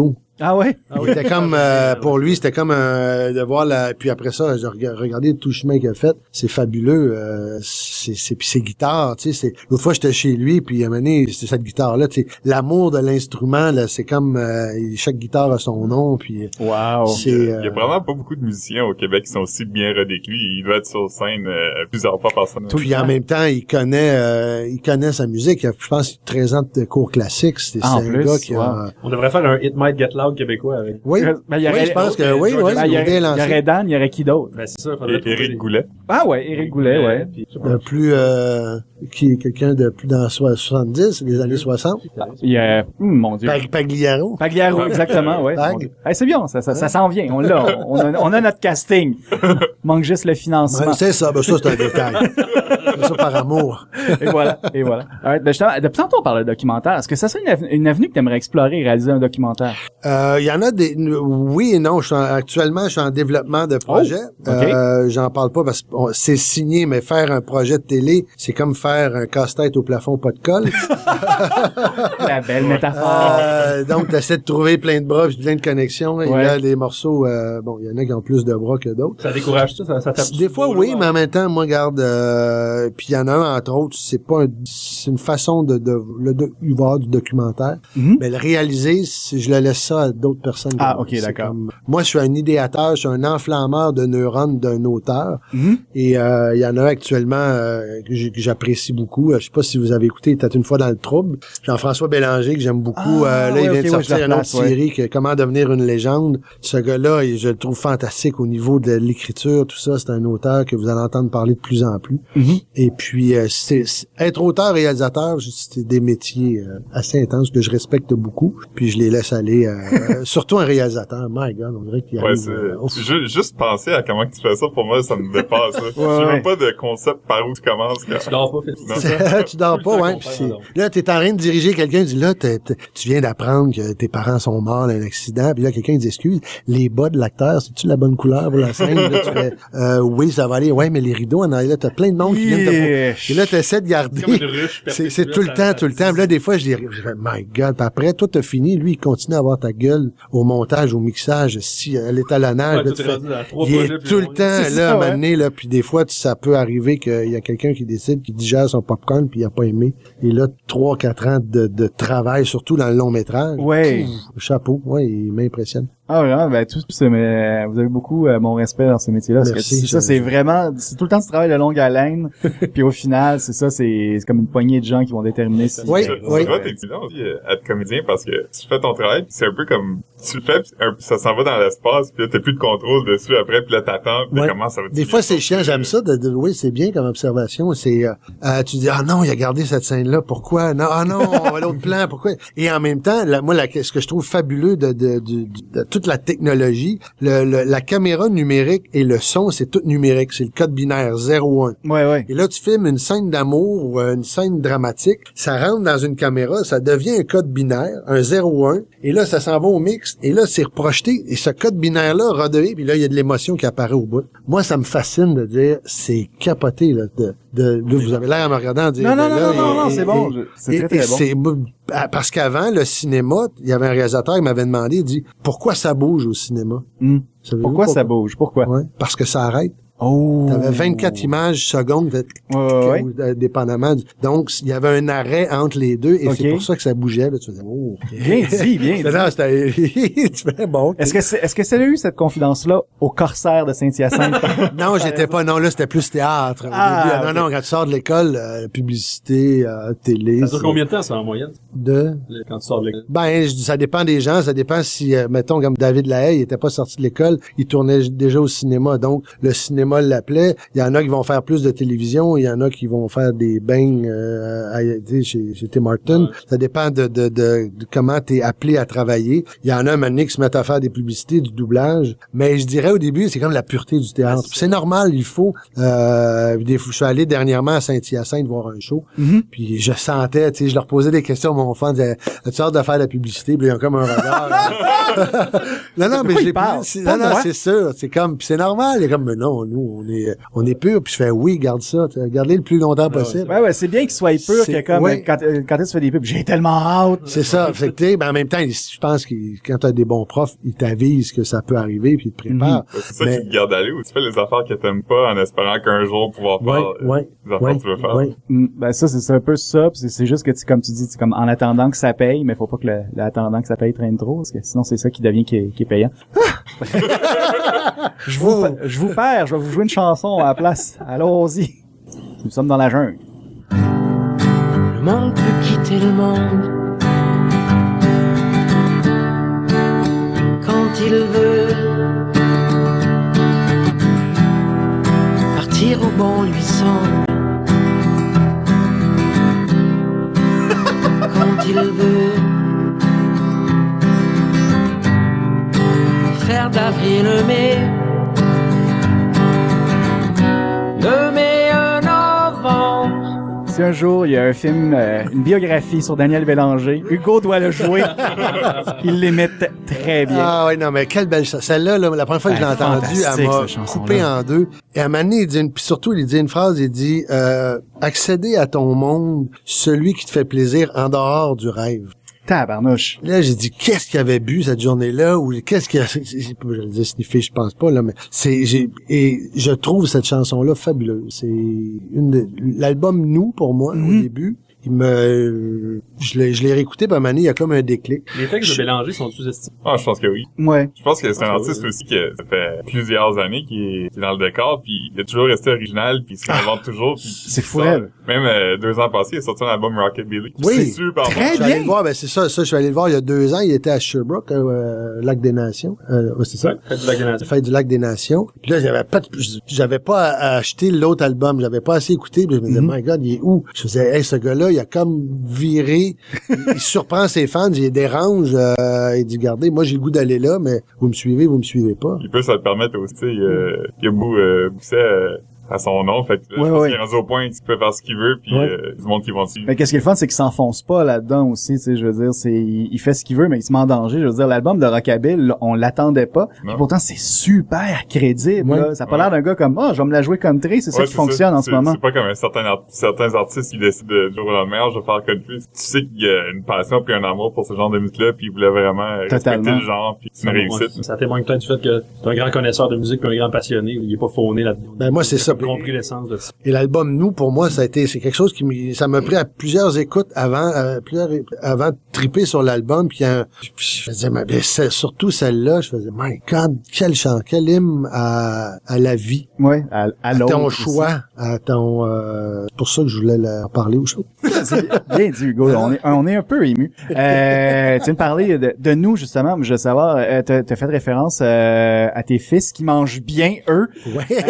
Ah ouais? C'était comme, pour lui, c'était comme de voir puis après ça, j'ai regardé tout le chemin qu'il a fait. C'est fabuleux. Puis ses guitares, tu sais, l'autre fois, j'étais chez lui, puis à un moment donné, c'est cette guitare-là, tu sais, l'amour de l'instrument, là, c'est comme, chaque guitare a son nom, puis. Wow. Il y a vraiment pas beaucoup de musiciens au Québec qui sont aussi bien rodés que lui. Il doit être sur scène plusieurs fois par semaine. Puis en même temps, il connaît sa musique. Il a, je pense, 13 ans de cours classiques. C'est un gars qui a... On devrait faire un It Might Get Loud québécois avec. Oui, je pense que oui. Il y aurait Dan, il y aurait qui d'autre? Ben, c'est ça. Éric Goulet. Ah ouais, Éric Goulet, ouais. Qui est quelqu'un de plus dans 70, les années 60. Il y a, mon Dieu. Pagliaro. Pagliaro, exactement, ouais. Hey, c'est bien, ça s'en vient. On l'a. On a notre casting. Manque juste le financement. Ouais, c'est ça, ça, c'est un détail. C'est ça par amour. Et voilà. Ben, justement, depuis tantôt, on parle de documentaire. Est-ce que ça serait une avenue que tu aimerais explorer et réaliser un documentaire? Il y en a oui et non. Actuellement, je suis en développement de projet. J'en parle pas parce que c'est signé, mais faire un projet de télé, c'est comme faire un casse-tête au plafond, pas de colle. La belle métaphore. Donc, t'essaies de trouver plein de bras, puis plein de connexions. Et là, les morceaux, il y en a qui ont plus de bras que d'autres. Ça décourage ça tape. Des fois, oui, mais en même temps, moi, regarde, puis il y en a un, entre autres, c'est une façon il va y avoir du documentaire. Mais le réaliser, je le laisse ça à d'autres personnes. Ah, ok, d'accord. Moi, je suis un idéateur, je suis un enflammeur de neurones d'un auteur. Et il y en a actuellement que j'apprécie beaucoup. Je sais pas si vous avez écouté Peut-être une fois dans le trouble. Jean-François Bélanger, que j'aime beaucoup. Là, il vient de sortir une autre série, Comment devenir une légende. Ce gars-là, je le trouve fantastique au niveau de l'écriture, tout ça. C'est un auteur que vous allez entendre parler de plus en plus. Et puis, être auteur-réalisateur, c'est des métiers assez intenses que je respecte beaucoup. Puis je les laisse aller. Surtout un réalisateur. My God, on dirait qu'il arrive. Juste penser à comment tu fais ça, pour moi, ça me dépasse. J'ai même pas de concept par où tu commences. Tu dors pas, tu dors pas, ouais. Là, t'es en train de diriger quelqu'un, dit là, tu viens d'apprendre que tes parents sont morts dans un accident, puis là, quelqu'un dit excuse, les bas de l'acteur, c'est-tu la bonne couleur pour la scène? Là, tu fais, oui, ça va aller, ouais, mais les rideaux, en arrière, là, t'as plein de noms qui viennent te... Et là, t'essaies de garder. C'est tout le temps. Puis là, des fois, je dis, my God, puis après, toi, t'as fini, lui, il continue à avoir ta gueule au montage, au mixage, si, à l'étalonnage, là, tu fais, il est tout le temps, là, à un moment donné, là, puis des fois, ça peut arriver qu'il y a quelqu'un qui décide, qui digère son popcorn, puis il a pas aimé. Et là, 3-4 ans de travail, surtout dans le long métrage. Ouais. Chapeau, ouais, il m'impressionne. Ah vraiment, ben vous avez beaucoup mon respect dans ce métier-là. Parce que ça, c'est vraiment, c'est tout le temps du travail de longue haleine. Puis au final, c'est comme une poignée de gens qui vont déterminer si. Oui. Ça doit être évident aussi être comédien parce que tu fais ton travail, puis c'est un peu comme tu le fais, puis ça s'en va dans l'espace, puis là t'as plus de contrôle dessus après, puis là t'attends, puis comment ça va. Des fois c'est chiant, j'aime ça. Oui, c'est bien comme observation. C'est tu dis non, il a gardé cette scène-là, pourquoi? Non, on va l'autre plan, pourquoi? Et en même temps, ce que je trouve fabuleux de toute la technologie, la caméra numérique et le son, c'est tout numérique, c'est le code binaire 0-1. Ouais. Et là, tu filmes une scène d'amour ou une scène dramatique, ça rentre dans une caméra, ça devient un code binaire, un 0-1, et là, ça s'en va au mix, et là, c'est reprojeté, et ce code binaire-là redevient, puis là, il y a de l'émotion qui apparaît au bout. Moi, ça me fascine de dire, c'est capoté, là, là, vous avez l'air à me regarder en disant... Non, c'est bon. C'est très bon. Parce qu'avant, le cinéma, il y avait un réalisateur qui m'avait demandé, il dit, pourquoi ça bouge au cinéma? Pourquoi ça bouge? Pourquoi? Ouais, parce que ça arrête. Oh. T'avais 24 images secondes, dépendamment. Donc, il y avait un arrêt entre les deux, et c'est pour ça que ça bougeait, là. Tu faisais, oh. Bien dit. Non, c'était, tu fais bon. Est-ce que ça a eu cette confidence-là au Corsaire de Saint-Hyacinthe? Non, j'étais pas, là, c'était plus théâtre. Au début. Non, quand tu sors de l'école, publicité, télé. Ça dure combien de temps, ça, en moyenne? Quand tu sors de l'école? Ben, ça dépend des gens, ça dépend si, mettons, comme David Lahaye, il était pas sorti de l'école, il tournait déjà au cinéma, donc, le cinéma l'appelait. Il y en a qui vont faire plus de télévision, il y en a qui vont faire des bangs chez Tim Hortons. Ça dépend de comment t'es appelé à travailler. Il y en a un moment donné qui se mettent à faire des publicités, du doublage. Mais je dirais au début, c'est comme la pureté du théâtre. C'est normal, il faut. Je suis allé dernièrement à Saint-Hyacinthe voir un show. Puis je sentais, je leur posais des questions à mon enfant, disait, as-tu hâte de faire la publicité? Puis ils ont comme un regard. Non, mais j'ai pas. Non, c'est sûr. C'est comme, c'est normal. Il est comme, mais non, nous, nous, on est pur, puis je fais oui, garde ça, garde-les le plus longtemps possible. Ouais, c'est bien qu'il soit pur, que comme quand tu fais des pubs, j'ai tellement hâte. C'est ça, fait que ben en même temps, je pense que quand t'as des bons profs, ils t'avisent que ça peut arriver puis ils te préparent. C'est ça qui te garde aller, ou tu fais les affaires que t'aimes pas en espérant qu'un jour pouvoir faire les affaires que tu veux faire. Ben ça c'est un peu ça, pis c'est juste que comme tu dis, comme en attendant que ça paye, mais faut pas que l'attendant que ça paye traîne trop, parce que sinon c'est ça qui devient qui est payant. Je vous perds, je vais vous jouer une chanson à la place. Allons-y. Nous sommes dans la jungle. Le monde peut quitter le monde quand il veut, partir au bon lui semble quand il veut, faire d'avril le mai, de mai à novembre. Si un jour il y a un film, une biographie sur Daniel Bélanger, Hugo doit le jouer. Il l'imite très bien. Ah oui, non, mais quelle belle chose. Celle-là, là, la première fois que je l'ai entendue, elle m'a coupé en deux. Et à un moment donné, puis surtout, il dit une phrase, il dit accéder à ton monde, celui qui te fait plaisir en dehors du rêve. Tabarnouche. Là, j'ai dit, qu'est-ce qu'il avait bu cette journée-là, ou qu'est-ce qu'il a, je vais dire sniffé, je pense pas, là, mais et je trouve cette chanson-là fabuleuse. C'est l'album Nous, pour moi, au début. Je l'ai réécouté, ben, Mané, il y a comme un déclic. Les textes de Bélanger sont sous-estimés. Ah, je pense que oui. Ouais. Je pense que c'est un artiste aussi qui ça fait plusieurs années qui est dans le décor, puis il a toujours resté original, puis il se réinvente toujours. C'est fou, elle. Même 2 ans passés, il a sorti un album Rockabilly. Oui, c'est super très bon. bien. J'allais le voir, ben c'est ça, je suis allé le voir il y a 2 ans, il était à Sherbrooke, Lac des Nations. C'est ça? Fête du Lac des Nations. Fête du Lac des Nations. Puis là, j'avais pas acheté l'autre album, j'avais pas assez écouté, puis je me disais, my God, il est où? Je faisais, hey, ce gars-là, il a comme viré, il surprend ses fans, il les dérange, il dit, regardez, moi j'ai le goût d'aller là, mais vous me suivez pas. Il peut se le permettre aussi, il y a Bousset à son nom, fait que je pense qu'il est rendu au point qu'il peut faire ce qu'il veut, puis du monde qui vont suivre. Mais qu'est-ce qui est le fun, c'est qu'il s'enfonce pas là-dedans aussi, tu sais, je veux dire, il fait ce qu'il veut, mais il se met en danger. Je veux dire, l'album de Rockabilly, on l'attendait pas, puis pourtant c'est super crédible, là. Ça a pas l'air d'un gars comme, je vais me la jouer country, c'est ça qui fonctionne en ce moment. C'est pas comme certains artistes qui décident de jouer dans le meilleur, je vais faire country. Tu sais qu'il y a une passion puis un amour pour ce genre de musique-là, puis il voulait vraiment respecter le genre, puis c'est une réussite. Ça témoigne peut-être du fait que c'est un grand connaisseur de musique, puis un grand passionné, il est pas fauné là-dedans. Ben moi c'est ça. Compris l'essence de ça. Et l'album Nous, pour moi, c'est quelque chose ça m'a pris à plusieurs écoutes avant de triper sur l'album, puis je faisais, mais surtout celle-là, je faisais, my God, quel chant, quel hymne à la vie. Ouais, à ton choix, à ton, c'est pour ça que je voulais en parler au show. C'est bien dit, Hugo. On est un peu ému. Tu viens de parler de Nous, justement. Je veux savoir, t'as fait référence à tes fils qui mangent bien, eux. Ouais.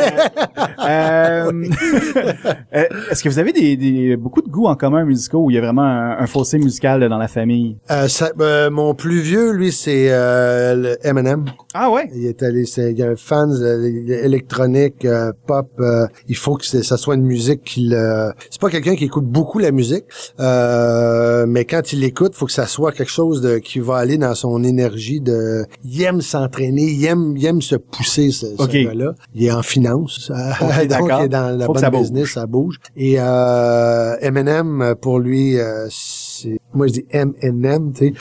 Est-ce que vous avez beaucoup de goûts en commun musicaux où il y a vraiment un fossé musical dans la famille? Mon plus vieux, lui, c'est le Eminem. Ah ouais? Il y a un fan électronique, pop. Il faut que ça soit une musique c'est pas quelqu'un qui écoute beaucoup la musique, mais quand il l'écoute, faut que ça soit quelque chose qui va aller dans son énergie il aime s'entraîner, il aime se pousser, ce gars-là. Il est en finance, donc il est dans la bonne business, ça bouge. Et Eminem, pour lui, moi je dis M&M, tu sais.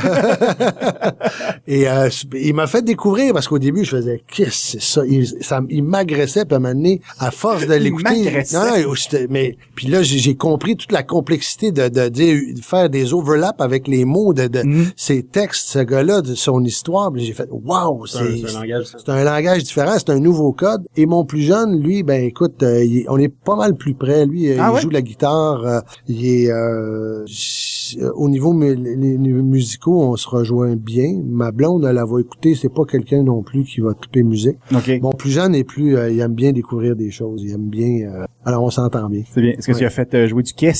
Et il m'a fait découvrir, parce qu'au début je faisais qu'est-ce que c'est ça, il m'agressait, puis à un moment donné, à force de l'écouter. Mais puis là j'ai compris toute la complexité de faire des overlaps avec les mots de ses textes, ce gars-là, de son histoire. Puis j'ai fait wow, c'est un langage différent, c'est un nouveau code. Et mon plus jeune, lui, ben écoute, on est pas mal plus près. Lui, il joue de la guitare, il est au niveau musicaux, on se rejoint bien. Ma blonde, elle va écouter, c'est pas quelqu'un non plus qui va triper musique. Okay. Mon plus jeune est plus, il aime bien découvrir des choses, il aime bien, alors on s'entend bien. C'est bien. Est-ce que tu as fait jouer du Kiss?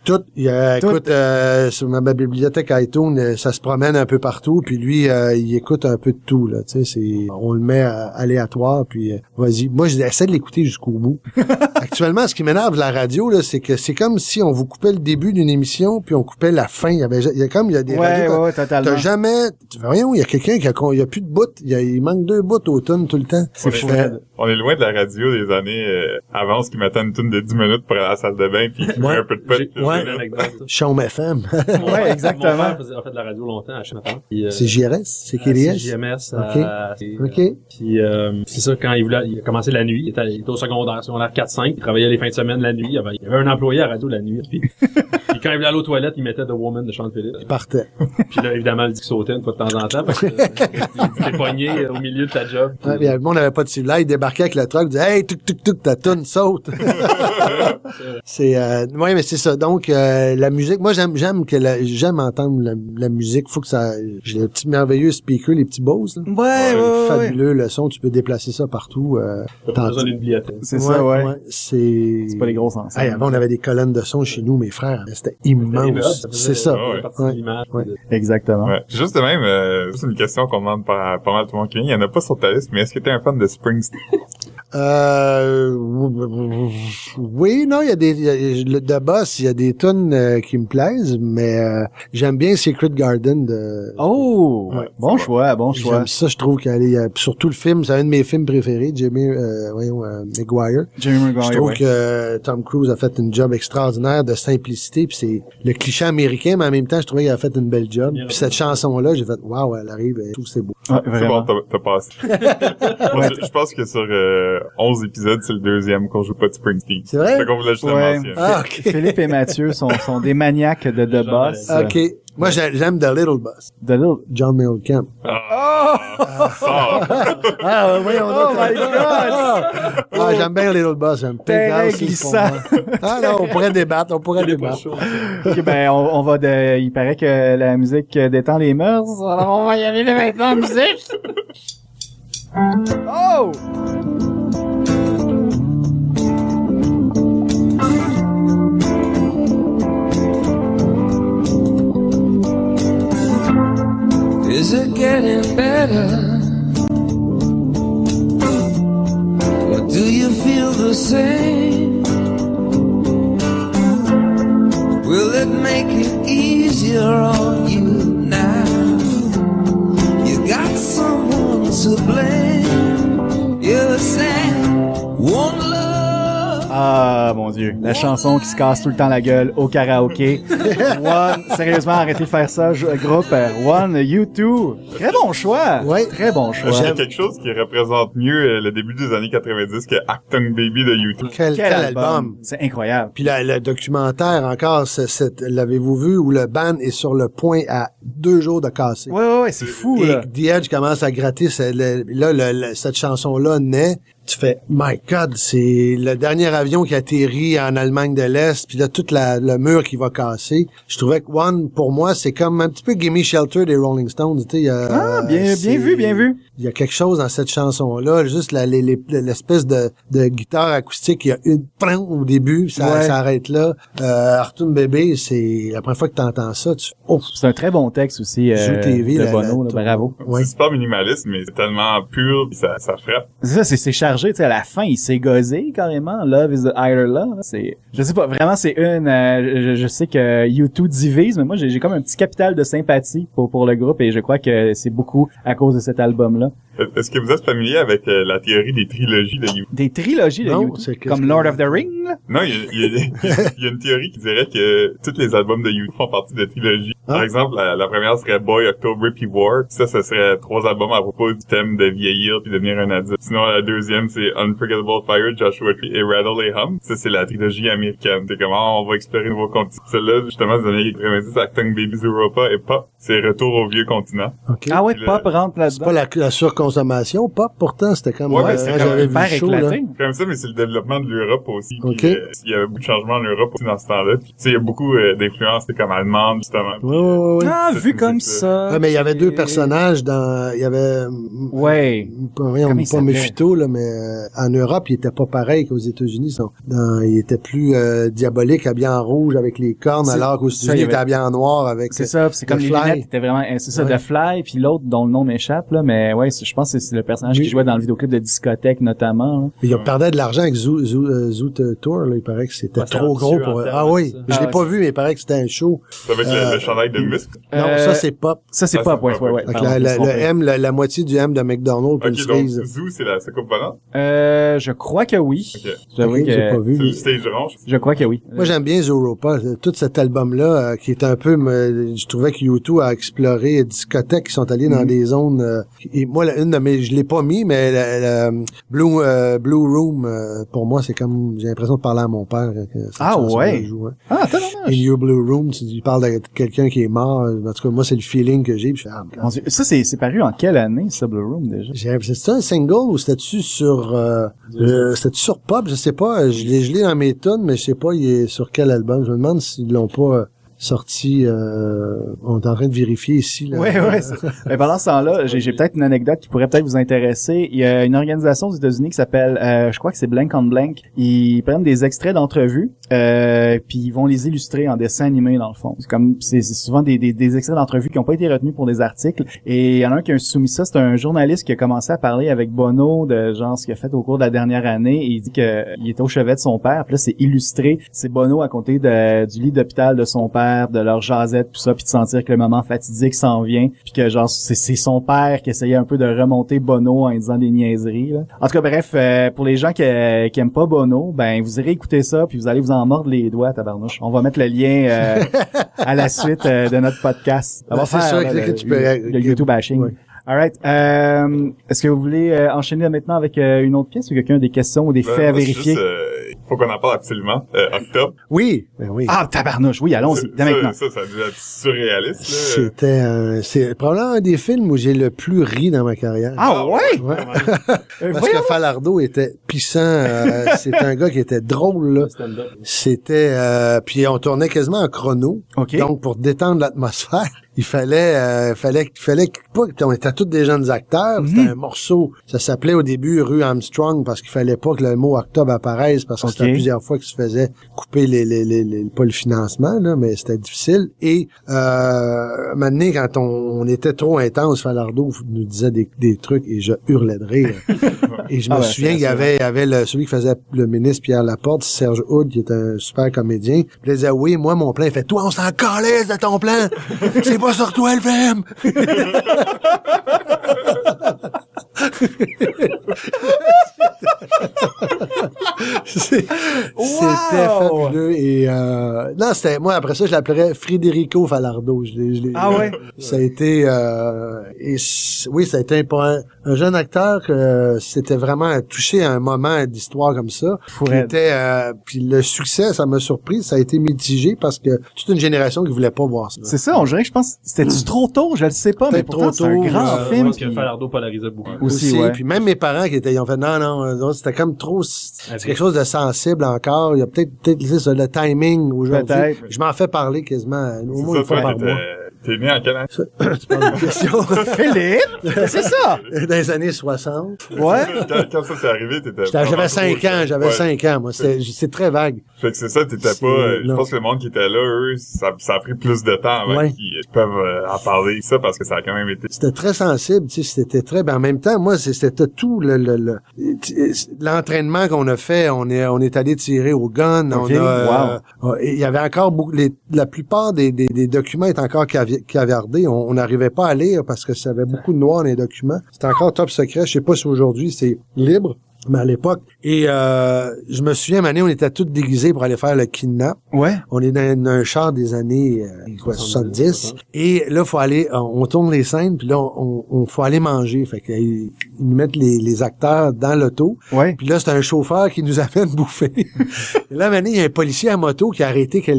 Tout. Écoute, sur ma bibliothèque iTunes, ça se promène un peu partout, puis lui, il écoute un peu de tout, là, tu sais, on le met aléatoire, puis vas-y. Moi, j'essaie de l'écouter jusqu'au bout. Actuellement, ce qui m'énerve de la radio, là, c'est que c'est comme si on vous coupait le début d'une émission, puis on coupait la fin. Il y a des radios. Ouais, totalement. T'as jamais, voyons, il y a quelqu'un il y a plus de bouts, il manque 2 bouts au tune tout le temps. C'est fou. On est loin de la radio des années avant, ce qui mettait une tune de 10 minutes pour aller à la salle de bain, puis qui met un peu de pote. Chaume FM. Ouais, exactement. Mon père faisait de la radio longtemps à Chenapin. C'est JRS? C'est KDS? C'est JMS. OK. Puis c'est ça, quand il a commencé la nuit, il était au secondaire 4-5, il travaillait les fins de semaine la nuit, il y avait un employé à la radio la nuit, puis quand il voulait aller aux toilettes, il mettait The Woman de Sean Phillips. Il partait. Puis là, évidemment, le disque sautait une fois de temps en temps, parce que t'es pogné au milieu de ta job. Ouais, puis, on n'avait pas de cellulaire, il débarquait avec le truck, il disait « Hey, tuk, ta toune saute! » C'est, ouais, mais c'est ça. Donc, la musique, moi, j'aime entendre la musique. Faut que ça, j'ai les petits merveilleux speakers, les petits Bose, là. Ouais. Fabuleux, le son, tu peux déplacer ça partout. T'as pas besoin d'une bibliothèque. C'est ça, ouais. C'est pas les grosses enceintes. Hey, avant, on avait des colonnes de son chez nous, mes frères. C'était immense. C'est ça. Ouais. Exactement. Ouais. Juste de même, c'est une question qu'on demande par pas mal tout le monde qui vient. Il y en a pas sur ta liste, mais est-ce que t'es un fan de Springsteen? Oui, non, de Boss, il y a des tunes qui me plaisent, mais j'aime bien Secret Garden de... Oh! Ouais, bon choix. J'aime ça, je trouve surtout le film, c'est un de mes films préférés, Maguire. Je trouve que Tom Cruise a fait une job extraordinaire de simplicité, puis c'est le cliché américain, mais en même temps, je trouvais qu'il a fait une belle job. Puis cette chanson-là, j'ai fait, waouh, elle arrive, et tout, c'est beau. Ouais, c'est bon, t'as passé. Je pense que sur 11 épisodes, c'est le deuxième qu'on joue pas de Springsteen. C'est vrai? Fait qu'on voulait juste le mentionner. Ah, okay. Philippe et Mathieu sont des maniaques de The Boss. OK. Moi, j'aime The Little Boss. John Mellencamp. Oui, Oh my God! J'aime bien Little Boss. J'aime Terrain glissant. Non, on pourrait débattre. OK, ben, on va il paraît que la musique détend les mœurs. Alors, on va y aller maintenant en musique. Oh! Is it getting better? Or do you feel the same? Will it make it easier on you now? You got someone to blame. You're saying one love. Ah, mon Dieu. La chanson qui se casse tout le temps la gueule au karaoké. One, sérieusement, arrêtez de faire ça, groupe. One, U2. Très bon choix. Ouais. Très bon choix. Il y a quelque chose qui représente mieux le début des années 90 que Acton Baby de U2. Quel album. C'est incroyable. Puis le documentaire encore, l'avez-vous vu, où le band est sur le point à 2 jours de casser. Ouais, c'est fou, et là. The Edge commence à gratter, cette chanson-là naît. Tu fais, my God, c'est le dernier avion qui atterrit en Allemagne de l'Est, puis là, tout le mur qui va casser. Je trouvais que One, pour moi, c'est comme un petit peu Gimme Shelter des Rolling Stones, tu sais. Bien vu. Il y a quelque chose dans cette chanson-là, juste l'espèce de guitare acoustique, il y a une au début, ça arrête là. Artoon Bébé, c'est la première fois que t'entends ça, c'est un très bon texte aussi, TV, de Bono, bravo. C'est super minimaliste, mais c'est tellement pur, pis ça frappe. C'est ça, c'est chargé, tu sais, à la fin, il s'est gosé, carrément. Love is the higher love. Je sais pas, vraiment, c'est je sais que U2 divise, mais moi, j'ai comme un petit capital de sympathie pour le groupe, et je crois que c'est beaucoup à cause de cet album-là. Est-ce que vous êtes familier avec la théorie des trilogies de U2? Des trilogies de U2? Comme Lord of the Ring, là? Non, il y a une théorie qui dirait que tous les albums de U2 font partie de trilogies. Par exemple, la première serait Boy, October, puis War. Ça serait 3 albums à propos du thème de vieillir puis devenir un adulte. Sinon, la deuxième, c'est Unforgettable Fire, Joshua Tree et Rattle et Hum. Ça, c'est la trilogie américaine. C'est comment on va explorer de nouveaux continents. Celle-là, justement, des années 90, Acton Babies Europa et Pop. C'est Retour au vieux continent. Okay. Ah ouais, Pop rentre là-dedans. C'est pas la surconsommation, Pop, pourtant, c'était comme... Ouais, c'est quand même hyper éclaté. Comme ça, mais c'est le développement de l'Europe aussi. Okay. Il y avait beaucoup de changements en Europe aussi dans ce temps-là. Puis, il y a beaucoup d'influences comme allemandes, justement. Ouais. Ah, vu comme ça. Ouais, mais il y avait deux personnages il y avait, pas Mephisto, là, mais en Europe, il était pas pareil qu'aux États-Unis. Il était plus diabolique, habillé en rouge avec les cornes, alors qu'aux États-Unis, il était habillé en noir avec. C'est ça, c'est comme les lunettes étaient vraiment, c'est ça, The Fly, puis l'autre dont le nom m'échappe, là, mais ouais, je pense que c'est le personnage qui jouait dans le vidéoclip de discothèque, notamment. Il perdait de l'argent avec Zoo Tour, là. Il paraît que c'était trop gros pour... Ah oui. Je l'ai pas vu, mais il paraît que c'était un show. Avec le chandail de muscle? Non, ça, c'est Pop. Ça, c'est Pop, ouais. Le M, la moitié du M de McDonald's. Ok, donc Zoo, c'est la coupe volante? Je crois que oui. Okay. J'avoue que... j'ai pas vu. C'est le stage orange? Je crois que oui. Moi, j'aime bien Zooropa. Tout cet album-là, qui est un peu... je trouvais que U2 a exploré discothèques qui sont allés dans des zones... et moi, je l'ai pas mis, mais Blue Room, pour moi, c'est comme... J'ai l'impression de parler à mon père. Ah ouais? Ah, t'as In Your Blue Room, il parle de quelqu'un qui est mort. En tout cas, moi, c'est le feeling que j'ai. Puis mon Dieu, ça, c'est paru en quelle année, ça, Blue Room, déjà? C'était un single ou c'était-tu sur Pop? Je sais pas. Je l'ai dans mes tonnes, mais je sais pas il est sur quel album. Je me demande s'ils l'ont pas... sorti, on est en train de vérifier ici. Là. Ouais. Mais pendant ce temps-là, j'ai peut-être une anecdote qui pourrait peut-être vous intéresser. Il y a une organisation aux États-Unis qui s'appelle, je crois que c'est Blank on Blank. Ils prennent des extraits d'entrevues, puis ils vont les illustrer en dessin animé dans le fond. C'est souvent des extraits d'entrevues qui n'ont pas été retenus pour des articles. Et il y en a un qui a soumis ça. C'est un journaliste qui a commencé à parler avec Bono de genre ce qu'il a fait au cours de la dernière année. Et il dit que il était au chevet de son père. Puis là, c'est illustré. C'est Bono à côté du lit d'hôpital de son père, de leur jasette, tout ça, puis de sentir que le moment fatidique s'en vient, puis que genre c'est son père qui essayait un peu de remonter Bono en disant des niaiseries, là. En tout cas, bref, pour les gens qui aiment pas Bono, ben vous irez écouter ça, puis vous allez vous en mordre les doigts, tabarnouche. On va mettre le lien à la suite de notre podcast. Ça va faire sûr que tu peux le YouTube bashing. Ouais. Alright. Est-ce que vous voulez enchaîner maintenant avec une autre pièce ou quelqu'un a des questions ou des faits à vérifier? Faut qu'on en parle absolument. Octobre. Oui. Ah, tabarnouche, oui, allons-y, dès maintenant. Ça devait être surréaliste, là. C'est probablement un des films où j'ai le plus ri dans ma carrière. Ah ouais? Parce que Falardeau était puissant. C'est un gars qui était drôle, là. C'était, puis on tournait quasiment en chrono. Okay. Donc, pour détendre l'atmosphère, il fallait pas, on était tous des jeunes acteurs. C'était un morceau. Ça s'appelait au début Rue Armstrong parce qu'il fallait pas que le mot octobre apparaisse parce que c'était plusieurs fois qu'il se faisait couper pas le financement, là, mais c'était difficile. Et, maintenant, quand on était trop intense, Falardeau nous disait des trucs et je hurlais de rire. Et je me souviens qu'il y avait celui qui faisait le ministre Pierre Laporte, Serge Hood, qui est un super comédien. Puis il disait, oui, moi, mon plan, il fait, toi, on s'en calisse de ton plan. C'est pas sur toi, le film. C'était fabuleux et non, c'était moi après ça je l'appellerais Federico Falardeau. Ah ouais. Ça a été oui, ça a été un jeune acteur que c'était vraiment touché à un moment d'histoire comme ça. Puis le succès, ça m'a surpris, ça a été mitigé parce que toute une génération qui voulait pas voir ça. C'est ça, on dirait que je pense c'était trop tôt, je le sais pas, mais pourtant c'est un grand film. Parce que Falardeau polarisait beaucoup. Aussi ouais. Puis même mes parents ils ont fait non, c'était comme trop, c'est quelque chose de sensible encore. Il y a peut-être le timing aujourd'hui. Peut-être. Je m'en fais parler quasiment au moins une fois par mois. T'es né en quelle année? Tu parles de question. Philippe, c'est ça? Dans les années 60. Ouais. Quand ça s'est arrivé, j'avais 5 ans, moi. C'est très vague. Fait que c'est ça, t'étais pas, je pense que le monde qui était là, eux, ça a pris plus de temps avant qu'ils peuvent en parler, ça, parce que ça a quand même été. C'était très sensible, tu sais, c'était très, en même temps, moi, c'était tout l'entraînement qu'on a fait, on est allé tirer au gun, il y avait encore beaucoup, la plupart des documents étaient encore caviardés, on n'arrivait pas à lire parce que ça avait beaucoup de noir dans les documents. C'était encore top secret, je sais pas si aujourd'hui c'est libre. Mais à l'époque, et je me souviens, une année, on était tous déguisés pour aller faire le kidnap. Ouais. On est dans un char des années 70. Et là, faut aller, on tourne les scènes, puis là, on faut aller manger. Fait qu'ils nous mettent les acteurs dans l'auto. Ouais. Puis là, c'est un chauffeur qui nous amène bouffer. Et là, il y a un policier à moto qui a arrêté quelqu'un.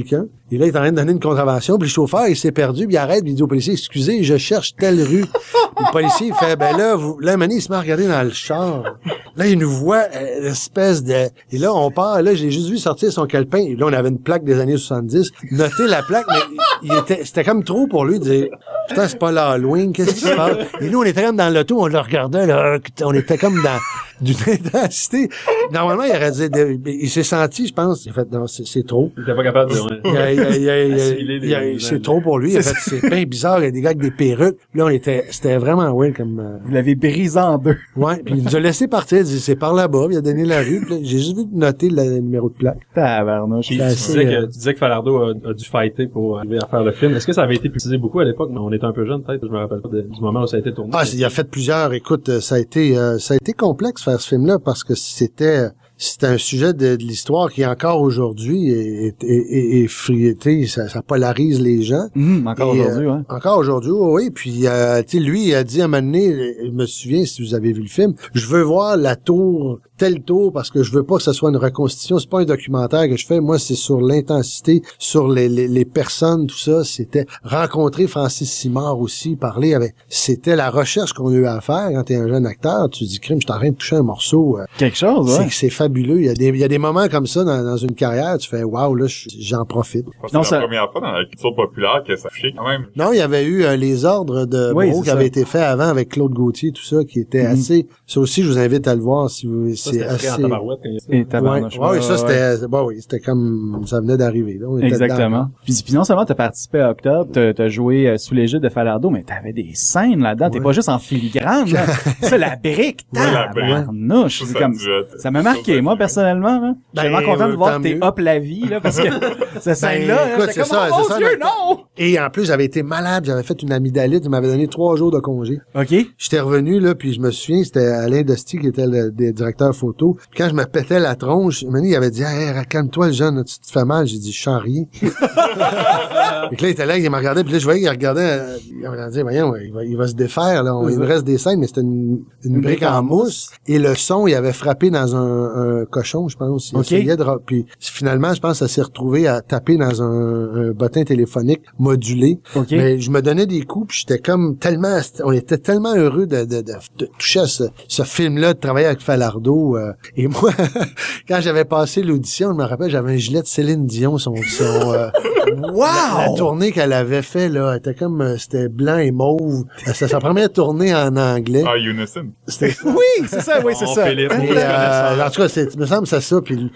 Et là, il est en train de donner une contravention, puis le chauffeur, il s'est perdu, puis il arrête, puis il dit au policier, excusez, je cherche telle rue. Le policier, il fait, ben là, là, Mané, il se met à regarder dans le char. Là, il nous voit, l'espèce de... Et là, on part, là, j'ai juste vu sortir son calepin, et là, on avait une plaque des années 70, noter la plaque, mais c'était comme trop pour lui de dire, putain, c'est pas l'Halloween, qu'est-ce qui se passe? Et nous, on était comme dans l'auto, on le regardait, là, on était comme dans d'une intensité. Normalement, il aurait dit, il s'est senti, je pense, il a fait, non, c'est trop. Il était pas capable de, c'est trop pour lui. Il a fait, c'est bien bizarre, il y a des gars avec des perruques. Là, c'était vraiment weird comme, Vous l'avez brisé en deux. Ouais, puis il nous a laissé partir, il dit, c'est par là-bas, il a donné la rue, puis j'ai juste vu noter le numéro de plaque. Tabarnouche. Tu disais que Falardeau a dû fighter pour arriver à faire le film. Est-ce que ça avait été publicisé beaucoup à l'époque? On était un peu jeune, peut-être, je me rappelle pas du moment où ça a été tourné. Ah, il a fait plusieurs, écoute, ça a été complexe faire ce film-là parce que c'était un sujet de l'histoire qui encore aujourd'hui est friété, ça polarise les gens. Encore aujourd'hui, ouais. Encore aujourd'hui, oui. Puis, tu sais, lui, il a dit à un moment donné, je me souviens, si vous avez vu le film, je veux voir la tour, tel tour, parce que je veux pas que ce soit une reconstitution. C'est pas un documentaire que je fais. Moi, c'est sur l'intensité, sur les personnes, tout ça. C'était rencontrer Francis Simard aussi, parler avec... C'était la recherche qu'on a eu à faire quand t'es un jeune acteur. Tu dis, crime, je suis en train de toucher un morceau. Quelque chose, ouais. C'est fabuleux. Il y a des moments comme ça dans une carrière. Tu fais, waouh, là, j'en profite. C'est la première fois dans la culture populaire que ça touchait quand même. Non, il y avait eu les ordres de Moreau qui avaient été faits avant avec Claude Gauthier, tout ça, qui était assez... Ça aussi, je vous invite à le voir si vous... C'est assez... Ouais, ça, c'était comme... Ça venait d'arriver. Là. Exactement. Puis non seulement t'as participé à Octobre, t'as joué sous l'égide de Falardeau, mais t'avais des scènes là-dedans. Ouais. T'es pas juste en filigrane, là. Ça, la brique, tabarnouche. Ça m'a marqué, moi, personnellement, là. Je suis vraiment content de voir que t'es up la vie, là, parce que cette scène-là, écoute, j'étais comme, oh mon Dieu, non! Et en plus, j'avais été malade, j'avais fait une amygdalite, il m'avait donné 3 jours de congé. OK. J'étais revenu, là, puis je me souviens, c'était Alain Dosti qui était le directeur photo. Puis quand je me pétais la tronche, il avait dit, hey, calme-toi, le jeune, tu te fais mal. J'ai dit, je sens rien. Et que là, il était là, il me regardait, puis là, je voyais qu'il regardait, il me dit, voyons, il va se défaire, là. Il me reste des scènes, mais c'était une brique en mousse. Et le son, il avait frappé dans un cochon, je pense. Puis finalement, je pense que ça s'est retrouvé à taper dans un bottin téléphonique modulé. Okay. Mais je me donnais des coups, puis j'étais comme tellement... On était tellement heureux de toucher à ce film-là, de travailler avec Falardeau. Et moi, quand j'avais passé l'audition, je me rappelle, j'avais un gilet de Céline Dion, wow! La tournée qu'elle avait fait, là, était comme... C'était blanc et mauve. C'était sa première tournée en anglais. Ah, Unison. Oui, c'est ça, oui, c'est ça. En tout cas, il me semble que c'est ça. Puis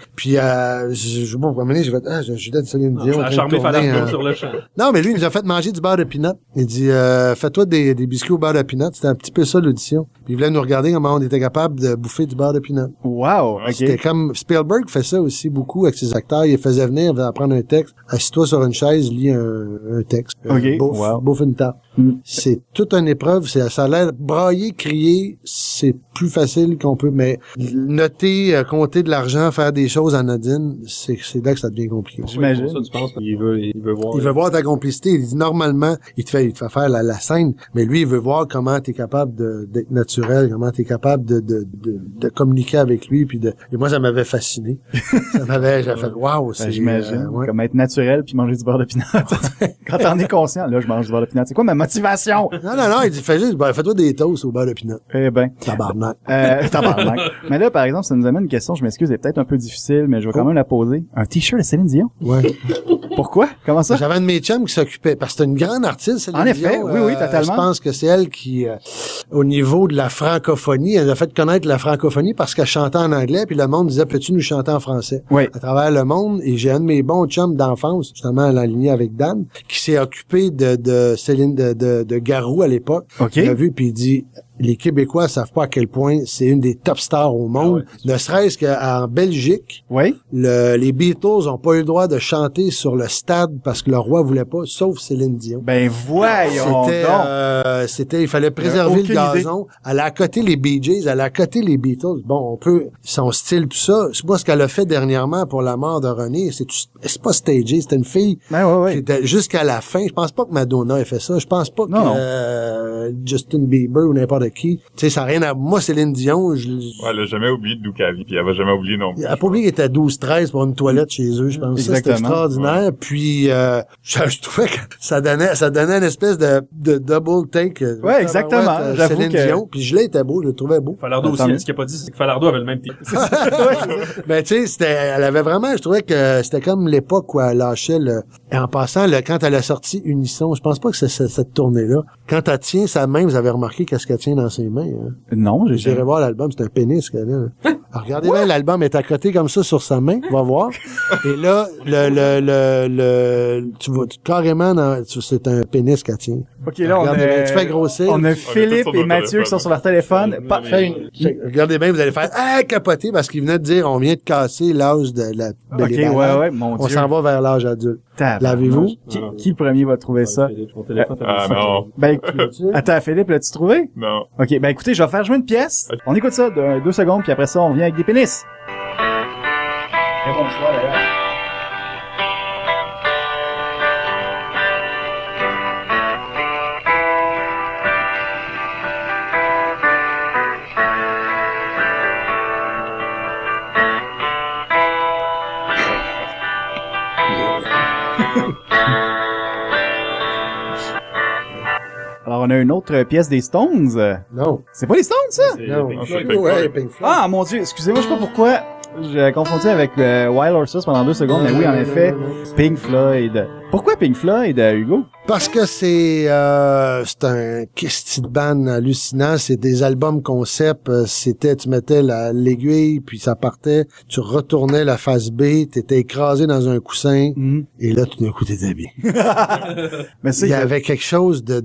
bon, à un moment donné, j'ai fait, j'ai un gilet de Céline Dion. J'ai charmé Falardeau sur le champ. Non, mais lui, il nous a fait manger du beurre de peanut. Il dit, fais-toi des biscuits au beurre de peanut. C'était un petit peu ça, l'audition. Puis il voulait nous regarder comment on était capable de bouffer du beurre de peanut. Wow! Okay. C'était comme, Spielberg fait ça aussi beaucoup avec ses acteurs. Il faisait venir, il faisait apprendre un texte. Assis-toi sur une chaise, lis un texte. Bouffe une tarte. C'est toute une épreuve. Ça a l'air brailler, crier. C'est plus facile qu'on peut, mais noter, compter de l'argent, faire des choses anodines, c'est là que ça devient compliqué. J'imagine. Ça, tu penses qu'il veut voir. Il veut voir ta complicité. Il dit, normalement, il te fait faire la scène, mais lui, il veut voir comment t'es capable d'être naturel, comment t'es capable de communiquer avec lui, et moi, ça m'avait fasciné. J'avais fait, waouh, c'est... J'imagine. Comme être naturel puis manger du beurre de pinot. Quand t'en es conscient, là, je mange du beurre de pinot. C'est quoi ma motivation? Non, il dit, fais-toi des toasts au beurre de pinot. Eh ben. Tabarnak. Tabarnak. Mais là, par exemple, ça nous amène une question, je m'excuse, elle est peut-être un peu difficile, mais je vais quand même la poser. Un t-shirt de Céline Dion? Ouais. Pourquoi? Comment ça? J'avais un de mes chums qui s'occupait, parce que c'est une grande artiste, Céline Dion. En effet, oui, totalement. Je pense que c'est elle qui, au niveau de la francophonie, elle a fait connaître la francophonie parce qu'elle chantait en anglais, puis le monde disait, peux-tu nous chanter en français? Oui. À travers le monde, et j'ai un de mes bons chums d'enfance, justement, en lignée avec Dan, qui s'est occupé de Céline, de Garou à l'époque. OK. Il a vu, puis il dit, les Québécois savent pas à quel point c'est une des top stars au monde. Ne serait-ce qu'en Belgique, les Beatles ont pas eu le droit de chanter sur le stade parce que le roi voulait pas, sauf Céline Dion. Ben voyons il fallait préserver le gazon. Elle a à côté les Bee Gees, elle a à côté les Beatles. Bon, on peut, son style, tout ça. C'est pas ce qu'elle a fait dernièrement pour la mort de René. C'est pas stagé. C'était une fille qui était jusqu'à la fin. Je pense pas que Madonna ait fait ça. Je pense pas que Justin Bieber ou n'importe qui. Tu sais, ça n'a rien à... Moi, Céline Dion, Ouais, elle a jamais oublié d'où qu'elle vit, puis elle va jamais oublier non plus. elle a pas oublié qu'elle était à 12-13 pour une toilette chez eux, je pense. Ça, c'était extraordinaire. Ouais. Puis, je trouvais que ça donnait une espèce de double take. Ouais, exactement. Céline Dion. Puis Gelée était beau, je le trouvais beau. Falardeau aussi, ce qu'il a pas dit, c'est que Falardeau avait le même titre. Ben, tu sais, elle avait vraiment, je trouvais que c'était comme l'époque où elle lâchait et en passant, quand elle a sorti Unisson, je pense pas que c'est cette tournée-là. Quand elle tient sa main, vous avez remarqué qu'est-ce qu'elle tient dans ses mains, hein? Non, j'irai voir l'album, c'est un pénis qu'elle a. Alors, regardez bien, l'album est à côté comme ça sur sa main, on va voir. Et là, tu vois, carrément, c'est un pénis qu'elle tient. OK, là, tu fais grossir. On a Philippe et Mathieu qui sont sur leur téléphone. Regardez bien, vous allez faire, capoter, parce qu'il venait de dire, on vient de casser l'âge de la belle OK, ouais, mon Dieu. On s'en va vers l'âge adulte. L'avez-vous? Qui le premier va trouver ça? Non. Ben, attends, Philippe, l'as-tu trouvé? Non. OK, ben écoutez, je vais faire jouer une pièce. Okay. On écoute ça de 2 secondes, puis après ça, on vient avec des pénis. Très bon choix, d'ailleurs. Alors, on a une autre pièce des Stones. Non. C'est pas les Stones, ça? Non. Pink Floyd. Pink Floyd. Ah, mon Dieu, excusez-moi, je sais pas pourquoi j'ai confondu avec Wild Horses pendant 2 secondes, mais oui, en effet, Pink Floyd. Pourquoi Pink Floyd, Hugo? Parce que c'est un Christy de band hallucinant, c'est des albums concept, tu mettais l'aiguille, puis ça partait, tu retournais la face B, t'étais écrasé dans un coussin, et là, tout d'un coup, t'étais bien. Mais il y avait quelque chose de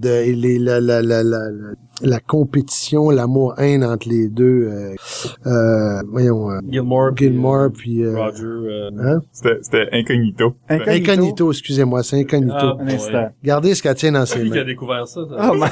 la compétition, l'amour-haine entre les deux, Gilmour, puis Roger, hein? C'était Incognito. Incognito, excusez-moi, c'est Incognito. Un instant. Regardez ce qu'elle tient dans ses qui a mains. découvert ça? Oh my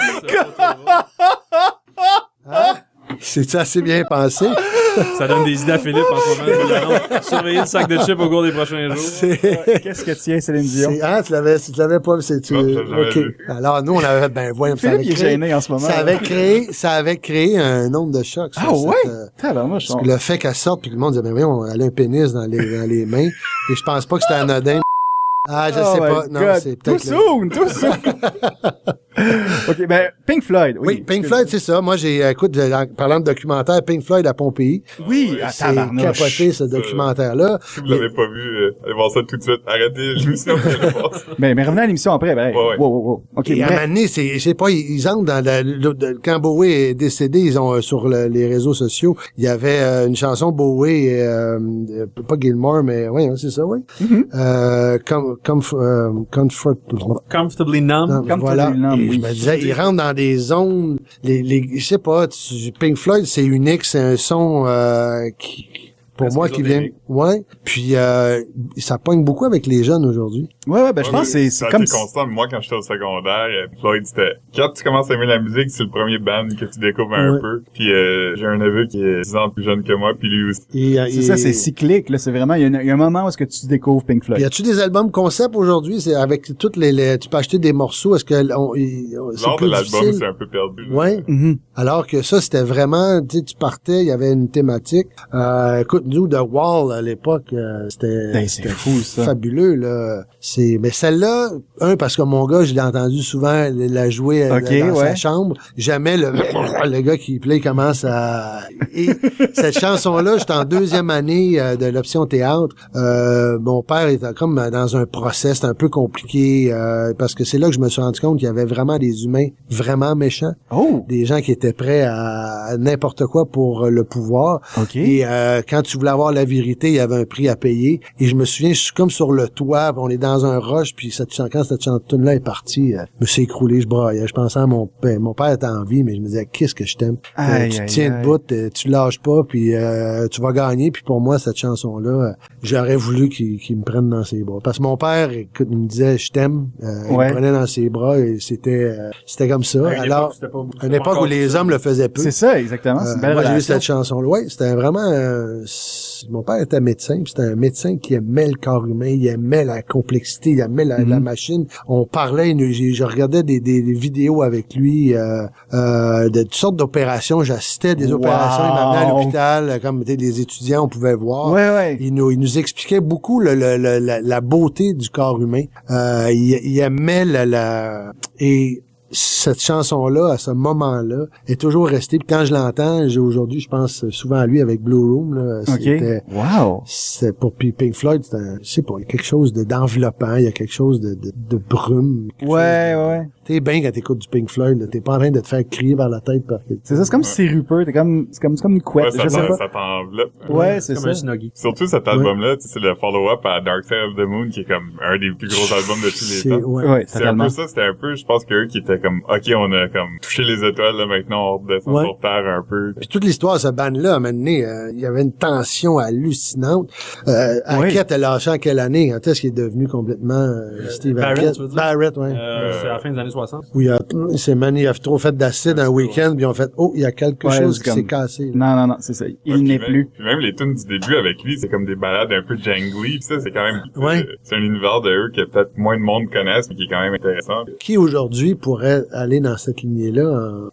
Hein? C'est assez bien pensé. Ça donne des idées à Philippe en ce moment. Surveiller le sac de chips au cours des prochains jours. Qu'est-ce que tient Céline Dion? Tu l'avais pas, c'est-tu? OK. Vu. Alors, nous, on avait, voyons, Philippe, il est gêné en ce moment. Ça avait créé un onde de choc. Ah ouais? Parce que le fait qu'elle sorte puis que le monde disait, ben voyons, elle a un pénis dans les mains. Et je pense pas que c'était anodin. Ah, je sais pas. Non, c'est peut-être... Too soon! OK, ben, Pink Floyd. Oui, Pink Floyd, c'est ça. Moi, écoute, en parlant de documentaire, Pink Floyd à Pompéi. Oui, à c'est capoté, ce documentaire-là. Si vous l'avez pas vu, allez voir ça tout de suite. Arrêtez l'émission, allez voir ça. Mais revenez à l'émission après, ben. Ouais. Wow. OK, et à un moment donné, je sais pas, ils entrent dans quand Bowie est décédé, ils ont, sur les réseaux sociaux, il y avait une chanson Bowie, pas Gilmour, mais ouais, c'est ça, oui. Comfortably Numb. Voilà. Et je me disais, ils rentrent dans des zones, je sais pas, Pink Floyd, c'est unique, c'est un son pour moi qui vient, ouais. Puis ça pogne beaucoup avec les jeunes aujourd'hui. Ouais, ben je pense que c'est comme constant. Moi, quand j'étais au secondaire, Floyd, c'était quand tu commences à aimer la musique, c'est le premier band que tu découvres un peu. Puis j'ai un neveu qui est 10 ans plus jeune que moi, puis lui aussi. C'est ça, c'est cyclique là. C'est vraiment il y a un moment où est-ce que tu découvres Pink Floyd. Y a-tu des albums concept aujourd'hui? C'est avec toutes tu peux acheter des morceaux. Est-ce que c'est plus l'album, c'est un peu perdu. Ouais. Alors que ça, c'était vraiment, tu partais, il y avait une thématique. Écoute, nous, The Wall, à l'époque, c'était fou, ça. Fabuleux, là. Mais celle-là, parce que mon gars, je l'ai entendu souvent la jouer dans sa chambre. Jamais le gars qui play commence à... Et cette chanson-là, j'étais en 2e année de l'option théâtre. Mon père était comme dans un process un peu compliqué, parce que c'est là que je me suis rendu compte qu'il y avait vraiment des humains vraiment méchants. Oh! Des gens qui étaient prêts à n'importe quoi pour le pouvoir. Okay. Et quand tu voulais avoir la vérité, il y avait un prix à payer. Et je me souviens, je suis comme sur le toit, on est dans un roche, puis quand cette chanson-là est partie, je me suis écroulé, je braillais. Je pensais à mon père était en vie, mais je me disais, qu'est-ce que je t'aime. Tu tiens debout, tu lâches pas, puis tu vas gagner. Puis pour moi, cette chanson-là, j'aurais voulu qu'il me prenne dans ses bras. Parce que mon père, écoute, il me disait, je t'aime. Il me prenait dans ses bras et c'était comme ça. Alors, à une époque où les hommes le faisaient peu. C'est ça, exactement. C'est une belle moi, relation. j'ai eu cette chanson-là. Ouais, c'était vraiment... mon père était médecin, puis c'était un médecin qui aimait le corps humain, il aimait la complexité, il aimait la machine. On parlait, je regardais des vidéos avec lui de toutes sortes d'opérations. J'assistais à des opérations, il m'amenait à l'hôpital, comme des étudiants, on pouvait voir. Ouais. Il nous expliquait beaucoup la beauté du corps humain. Il aimait et cette chanson-là, à ce moment-là, est toujours restée. Puis quand je l'entends, aujourd'hui, je pense souvent à lui avec Blue Room. Là. C'était, c'est pour Pink Floyd, c'est pas quelque chose d'enveloppant. Il y a quelque chose de brume. Ouais. T'es bien quand t'écoutes du Pink Floyd. Là. T'es pas en train de te faire crier par la tête. C'est ça, c'est comme sirupeux. C'est comme une couette. Ouais, ça t'enveloppe. Ouais, c'est comme ça. un snuggie. Surtout cet album-là, c'est le follow-up à Dark Side of the Moon, qui est comme un des plus gros albums de tous les temps. Ouais, c'est un peu ça, c'était un peu, je pense qu'eux qui étaient comme, OK, on a comme touché les étoiles, là, maintenant on redescend sur Terre un peu. Puis toute l'histoire de ce band-là, à un moment donné, il y avait une tension hallucinante. Hackett a lâché en quelle année? Quand est-ce qu'il est devenu complètement Steve Hackett? Barrett, ouais. C'est à la fin des années 60. Oui, il a trop fait d'acide un week-end, puis ils ont fait, il y a quelque chose qui s'est cassé. Là. Non, c'est ça. Il n'est plus. Puis même les tunes du début avec lui, c'est comme des balades un peu jangly, pis ça, c'est quand même, c'est un univers de eux que peut-être moins de monde connaissent, mais qui est quand même intéressant. Qui aujourd'hui pourrait aller dans cette lignée-là?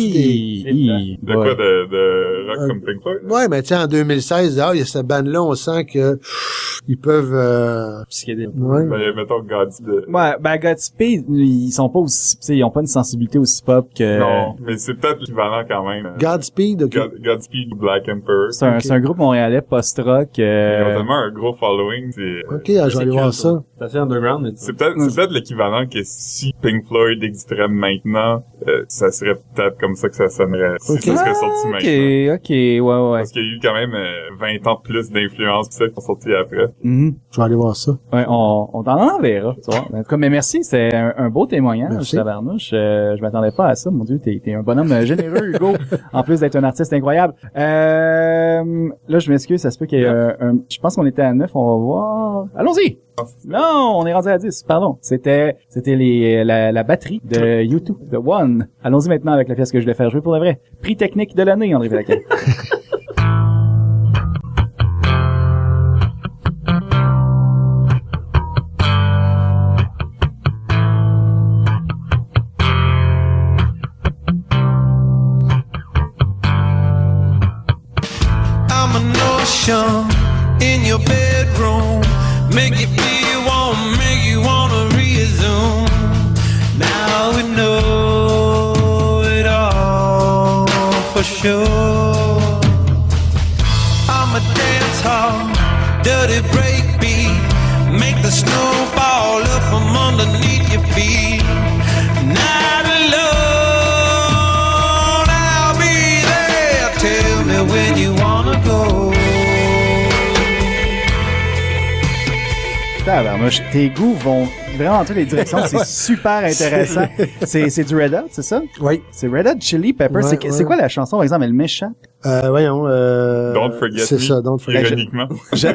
De quoi, de rock comme Pink Floyd? Ouais, mais tiens, en 2016, il y a cette bande-là, on sent que ils peuvent... Psychédélique. Ouais. Ben, mettons Godspeed. Ouais, Godspeed, ils sont pas aussi, ils ont pas une sensibilité aussi pop que... Non, mais c'est peut-être l'équivalent quand même. Godspeed, OK. Godspeed, Black Emperor. C'est un groupe montréalais post-rock. Ils ont tellement un gros following, OK, je vais aller voir ça. C'est assez underground. C'est peut-être l'équivalent que si Pink Floyd existerait maintenant, ça serait peut-être comme ça que ça sonnerait. Si ça serait sorti maintenant. OK, ouais. Parce qu'il y a eu quand même 20 ans de plus d'influence pis ça qui sont sortis après. Mm-hmm. Je vais aller voir ça. Ouais, on t'en enverra, tu vois. En tout cas, mais merci, c'est un beau témoignage, tabarnouche. Je m'attendais pas à ça, mon Dieu, t'es un bonhomme généreux, Hugo, en plus d'être un artiste incroyable. Là, je m'excuse, ça se peut qu'il y ait je pense qu'on était à 9, on va voir. Allons-y! Non, on est rendu à 10, pardon. C'était la batterie de U2, de One. Allons-y maintenant avec la pièce que je voulais faire jouer pour le vrai. Prix technique de l'année, André Vélaquin. In your bedroom, make you feel warm, make you wanna resume. Now we know it all for sure. I'm a dance hall, dirty breakbeat, make the snow fall up from underneath your feet. Not alone, I'll be there. Tell me when you wanna go. Tes goûts vont vraiment dans toutes les directions. C'est super intéressant. C'est du Red Hot, c'est ça? Oui. C'est Red Hot Chili Pepper. C'est quoi la chanson, par exemple, le méchant? Voyons. Don't Forget c'est Me. Ça, Don't Forget Me. Ironiquement.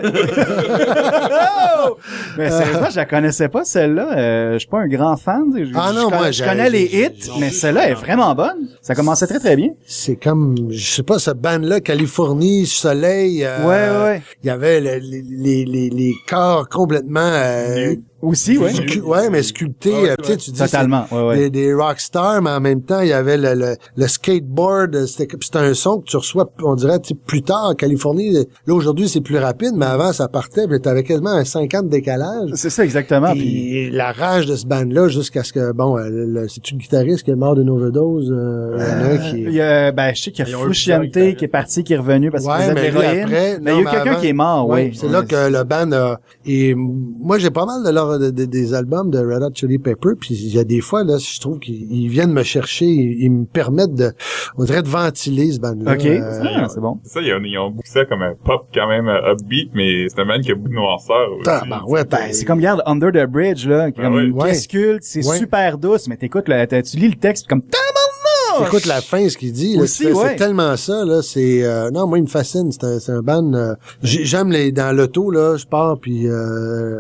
Mais sérieusement, je la connaissais pas, celle-là. Je suis pas un grand fan. Je connais les hits, mais celle-là est vraiment bonne. Ça commençait très, très bien. C'est comme, je sais pas, cette bande-là, Californie, Soleil. Ouais. Il y avait les corps complètement... aussi, ouais. Mais sculpté, tu sais, tu dis totalement, des rockstars, mais en même temps, il y avait le skateboard, c'était un son que tu reçois, on dirait, plus tard en Californie. Là, aujourd'hui, c'est plus rapide, mais avant, ça partait, puis t'avais quasiment un 50 décalage. C'est ça, exactement. Et la rage de ce band-là, jusqu'à ce que, c'est-tu le guitariste qui est mort d'une overdose? Je sais qu'il y a Frusciante qui est parti, qui est revenu parce qu'il faisait de l'héroïne. Mais il y a eu quelqu'un qui est mort, oui. C'est là que le band et moi, j'ai pas mal des albums de Red Hot Chili Pepper, puis il y a des fois, là, je trouve qu'ils viennent me chercher, ils me permettent on dirait de ventiler ce band-là. OK, c'est bon. C'est ça, ils ont beaucoup ça comme un pop quand même upbeat, mais c'est un band qui a beaucoup de noirceur aussi. C'est comme, regarde, Under the Bridge, là, qui sculpte, c'est super douce, mais t'écoutes, là, tu lis le texte, comme, t'écoutes la fin, ce qu'il dit, là, c'est tellement ça, là, c'est, non, moi, il me fascine, c'est un band, j'aime dans l'auto, là, je pars, puis,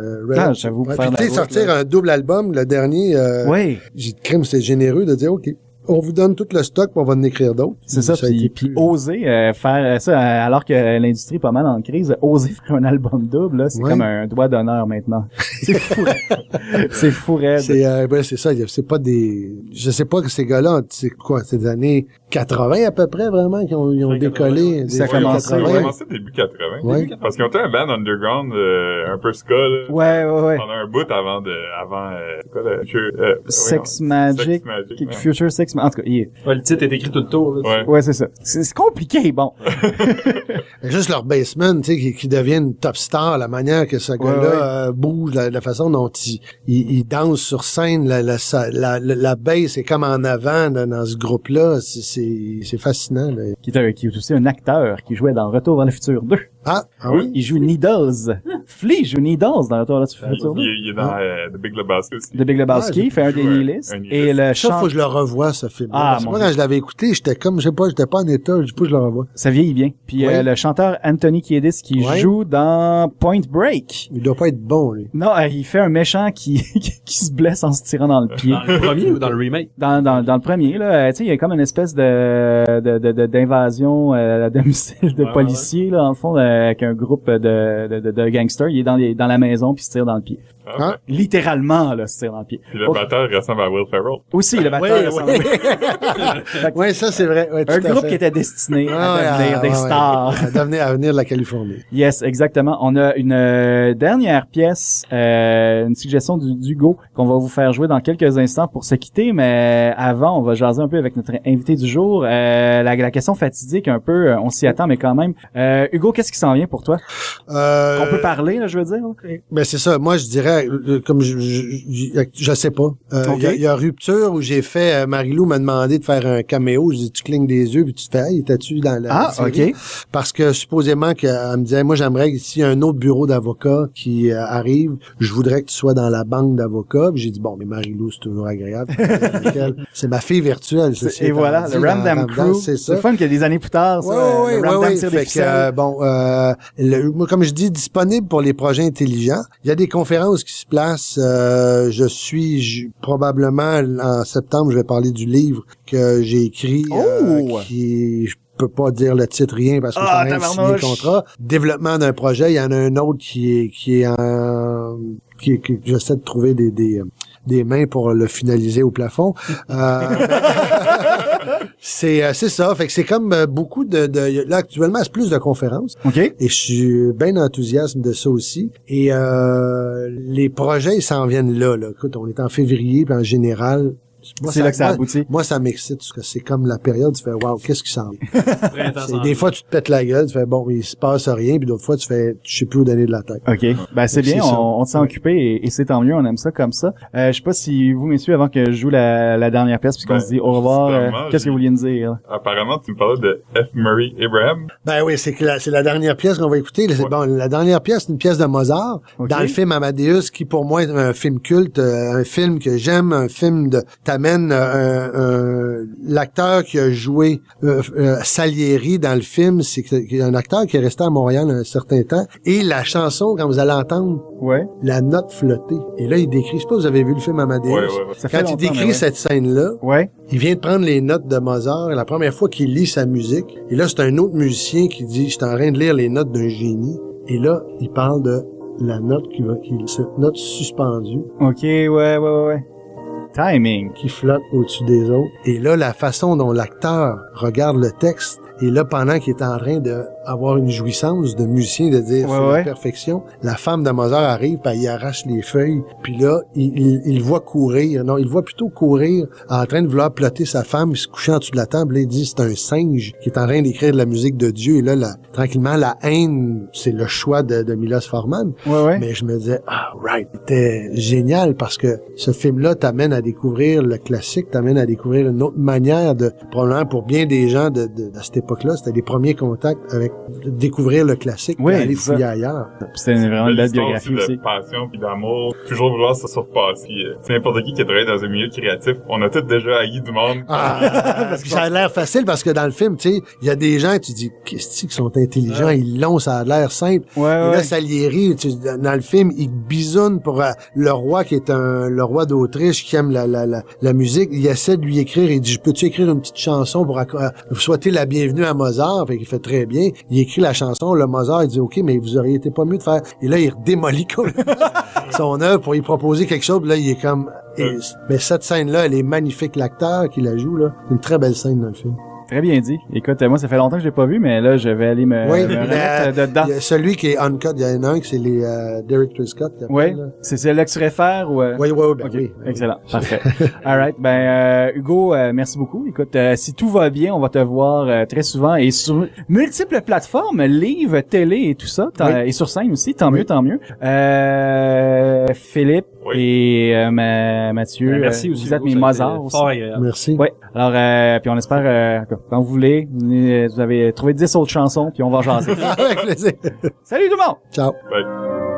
j'avoue, sortir un double album, le dernier, j'ai crime, c'est généreux de dire, OK. on vous donne tout le stock, puis on va en écrire d'autres. C'est ça, puis oser faire ça, alors que l'industrie est pas mal en crise, oser faire un album double, là, c'est comme un doigt d'honneur maintenant. C'est fou. C'est fou raide. C'est ça, c'est pas des... Je sais pas que ces gars-là, c'est quoi, c'est des années 80 à peu près, vraiment, ils ont décollé. Ça a commencé début 80. Ouais. Parce qu'ils ont été un band underground, un peu ska, là. Ouais. Pendant un bout avant c'est quoi Sex Magic, Future Sex Magic. En tout cas, le titre est écrit tout le tour, là. Ouais, c'est ça. C'est compliqué, bon. Juste leur bassman, tu sais, qui devient une top star, la manière que ce gars-là bouge, la façon dont il danse sur scène, la bass est comme en avant dans ce groupe-là, c'est fascinant. Là. Qui est aussi un acteur qui jouait dans Retour vers le futur 2. Ah oui? Il joue Needles. Flea joue Needles dans Retour vers le futur 2. Il est dans The Big Lebowski aussi. The Big Lebowski, il fait un des nihilistes. Et le ça, faut que je le revoie, ce film. Moi, quand je l'avais écouté, j'étais pas en état, je sais pas, je le revois. Ça vieillit bien. Puis le chanteur Anthony Kiedis qui joue dans Point Break. Il doit pas être bon, lui. Non, il fait un méchant qui se blesse en se tirant dans le pied. Dans le premier ou dans le remake? Dans le premier, là, tu sais, il y a comme une espèce d'invasion à domicile de policiers, là, en fond, avec un groupe de gangsters. Il est dans la maison puis se tire dans le pied. Ah, littéralement, là, se tire dans le pied. Puis le batteur ressemble à Will Ferrell. Aussi, le batteur ressemble à Will Ferrell. Oui, ça, c'est vrai. Ouais, un groupe qui était destiné à devenir des stars. À venir de la Californie. Yes, exactement. On a une dernière pièce, une suggestion d'Hugo qu'on va vous faire jouer dans quelques instants pour se quitter, mais avant, on va jaser un peu avec notre invité du jour. La question fatidique, un peu, on s'y attend, mais quand même. Hugo, qu'est-ce qui s'en vient pour toi? Qu'on peut parler, là, je veux dire? Ben, c'est ça. Moi, je dirais, comme je sais pas. Il y a Rupture où j'ai fait, Marie-Lou m'a demandé de faire un caméo. Je dis, tu clignes des yeux puis tu te fais, hey, étais-tu dans la série? OK. Parce que supposément qu'elle me disait, moi, j'aimerais que s'il y a un autre bureau d'avocat qui arrive, je voudrais que tu sois dans la banque d'avocats. Puis j'ai dit, bon, mais Marie-Lou, c'est toujours agréable. C'est ma fille virtuelle. Et voilà, le Ramdam Crew. C'est le fun qu'il y a des années plus tard. Oui. Fait que, moi, comme je dis, disponible pour les projets intelligents. Il y a des conférences qui se placent. Je suis probablement en septembre, je vais parler du livre que j'ai écrit, qui je peux pas dire le titre rien parce que je suis en train de signer le contrat. Développement d'un projet, il y en a un autre qui j'essaie de trouver des mains pour le finaliser au plafond. C'est ça. Fait que c'est comme beaucoup là, actuellement, c'est plus de conférences. OK. Et je suis bien enthousiaste de ça aussi. Et les projets, ils s'en viennent là. Écoute, on est en février, puis en général, c'est là que ça aboutit. Moi, ça m'excite, parce que c'est comme la période, tu fais, wow, qu'est-ce qui s'en vient? Des fois, tu te pètes la gueule, tu fais, bon, il se passe rien, puis d'autres fois, tu fais, je sais plus où donner de la tête. OK. Ben, c'est bien, on te sent occupé, et c'est tant mieux, on aime ça comme ça. Je sais pas si vous, messieurs, avant que je joue la dernière pièce, puisqu'on se dit au revoir, qu'est-ce que vous vouliez me dire? Apparemment, tu me parlais de F. Murray Abraham. Ben oui, c'est la dernière pièce qu'on va écouter. Bon, la dernière pièce, c'est une pièce de Mozart, dans le film Amadeus, qui pour moi est un film culte, un film que j'aime, un film t'amène l'acteur qui a joué Salieri dans le film, c'est un acteur qui est resté à Montréal un certain temps. Et la chanson, quand vous allez entendre, la note flottée. Et là, il décrit, je sais pas si vous avez vu le film Amadeus. Quand il décrit cette scène-là, il vient de prendre les notes de Mozart. Et la première fois qu'il lit sa musique, et là, c'est un autre musicien qui dit, je suis en train de lire les notes d'un génie. Et là, il parle de la note cette note suspendue. OK, ouais. Timing. Qui flotte au-dessus des autres. Et là, la façon dont l'acteur regarde le texte, et là, pendant qu'il est en train d'avoir une jouissance de musicien, de dire c'est la perfection, la femme de Mozart arrive, puis elle arrache les feuilles, puis là, il voit courir. Non, il voit plutôt courir en train de vouloir plotter sa femme, se coucher en dessous de la table. Là, il dit c'est un singe qui est en train d'écrire de la musique de Dieu. Et là, tranquillement, la haine, c'est le choix de Milos Forman. Mais je me disais, c'était génial parce que ce film-là t'amène à découvrir le classique, t'amène à découvrir une autre manière probablement pour bien des gens à cette époque époque-là, c'était les premiers contacts avec découvrir le classique et aller fouiller ailleurs. C'était vraiment une belle biographie aussi. De passion puis d'amour, toujours vouloir se surpasser. C'est n'importe qui a travaillé dans un milieu créatif. On a tous déjà haï du monde. Parce que ça a l'air facile parce que dans le film, tu sais, il y a des gens, tu dis, qu'est-ce qu'ils sont intelligents, ils l'ont, ça a l'air simple. Et là, Salieri, dans le film, il bisoune pour le roi qui est le roi d'Autriche qui aime la musique. Il essaie de lui écrire, il dit, peux-tu écrire une petite chanson pour souhaiter la bienvenue à Mozart? Fait qu'il fait très bien. Il écrit la chanson, le Mozart, il dit, OK, mais vous auriez été pas mieux de faire. Et là, il démolit son œuvre pour y proposer quelque chose. Puis là, il est comme, mais cette scène-là, elle est magnifique. L'acteur qui la joue, là, une très belle scène dans le film. Très bien dit. Écoute, moi, ça fait longtemps que je l'ai pas vu, mais là, je vais aller me remettre dedans. Il y a celui qui est uncut, il y en a un qui c'est les Director's Scott. Oui. C'est celle-là que tu réfères ou? Oui, oui. Excellent. Parfait. All right. Hugo, merci beaucoup. Écoute, si tout va bien, on va te voir très souvent et sur multiples plateformes, livres, télé et tout ça, et sur scène aussi. Tant mieux, tant mieux. Philippe et Mathieu, merci aussi. Vous êtes mes Mozart aussi. Merci. Oui. Alors, puis on espère quand vous voulez, vous avez trouvé 10 autres chansons, puis on va jaser. Avec plaisir. Salut tout le monde! Ciao. Bye.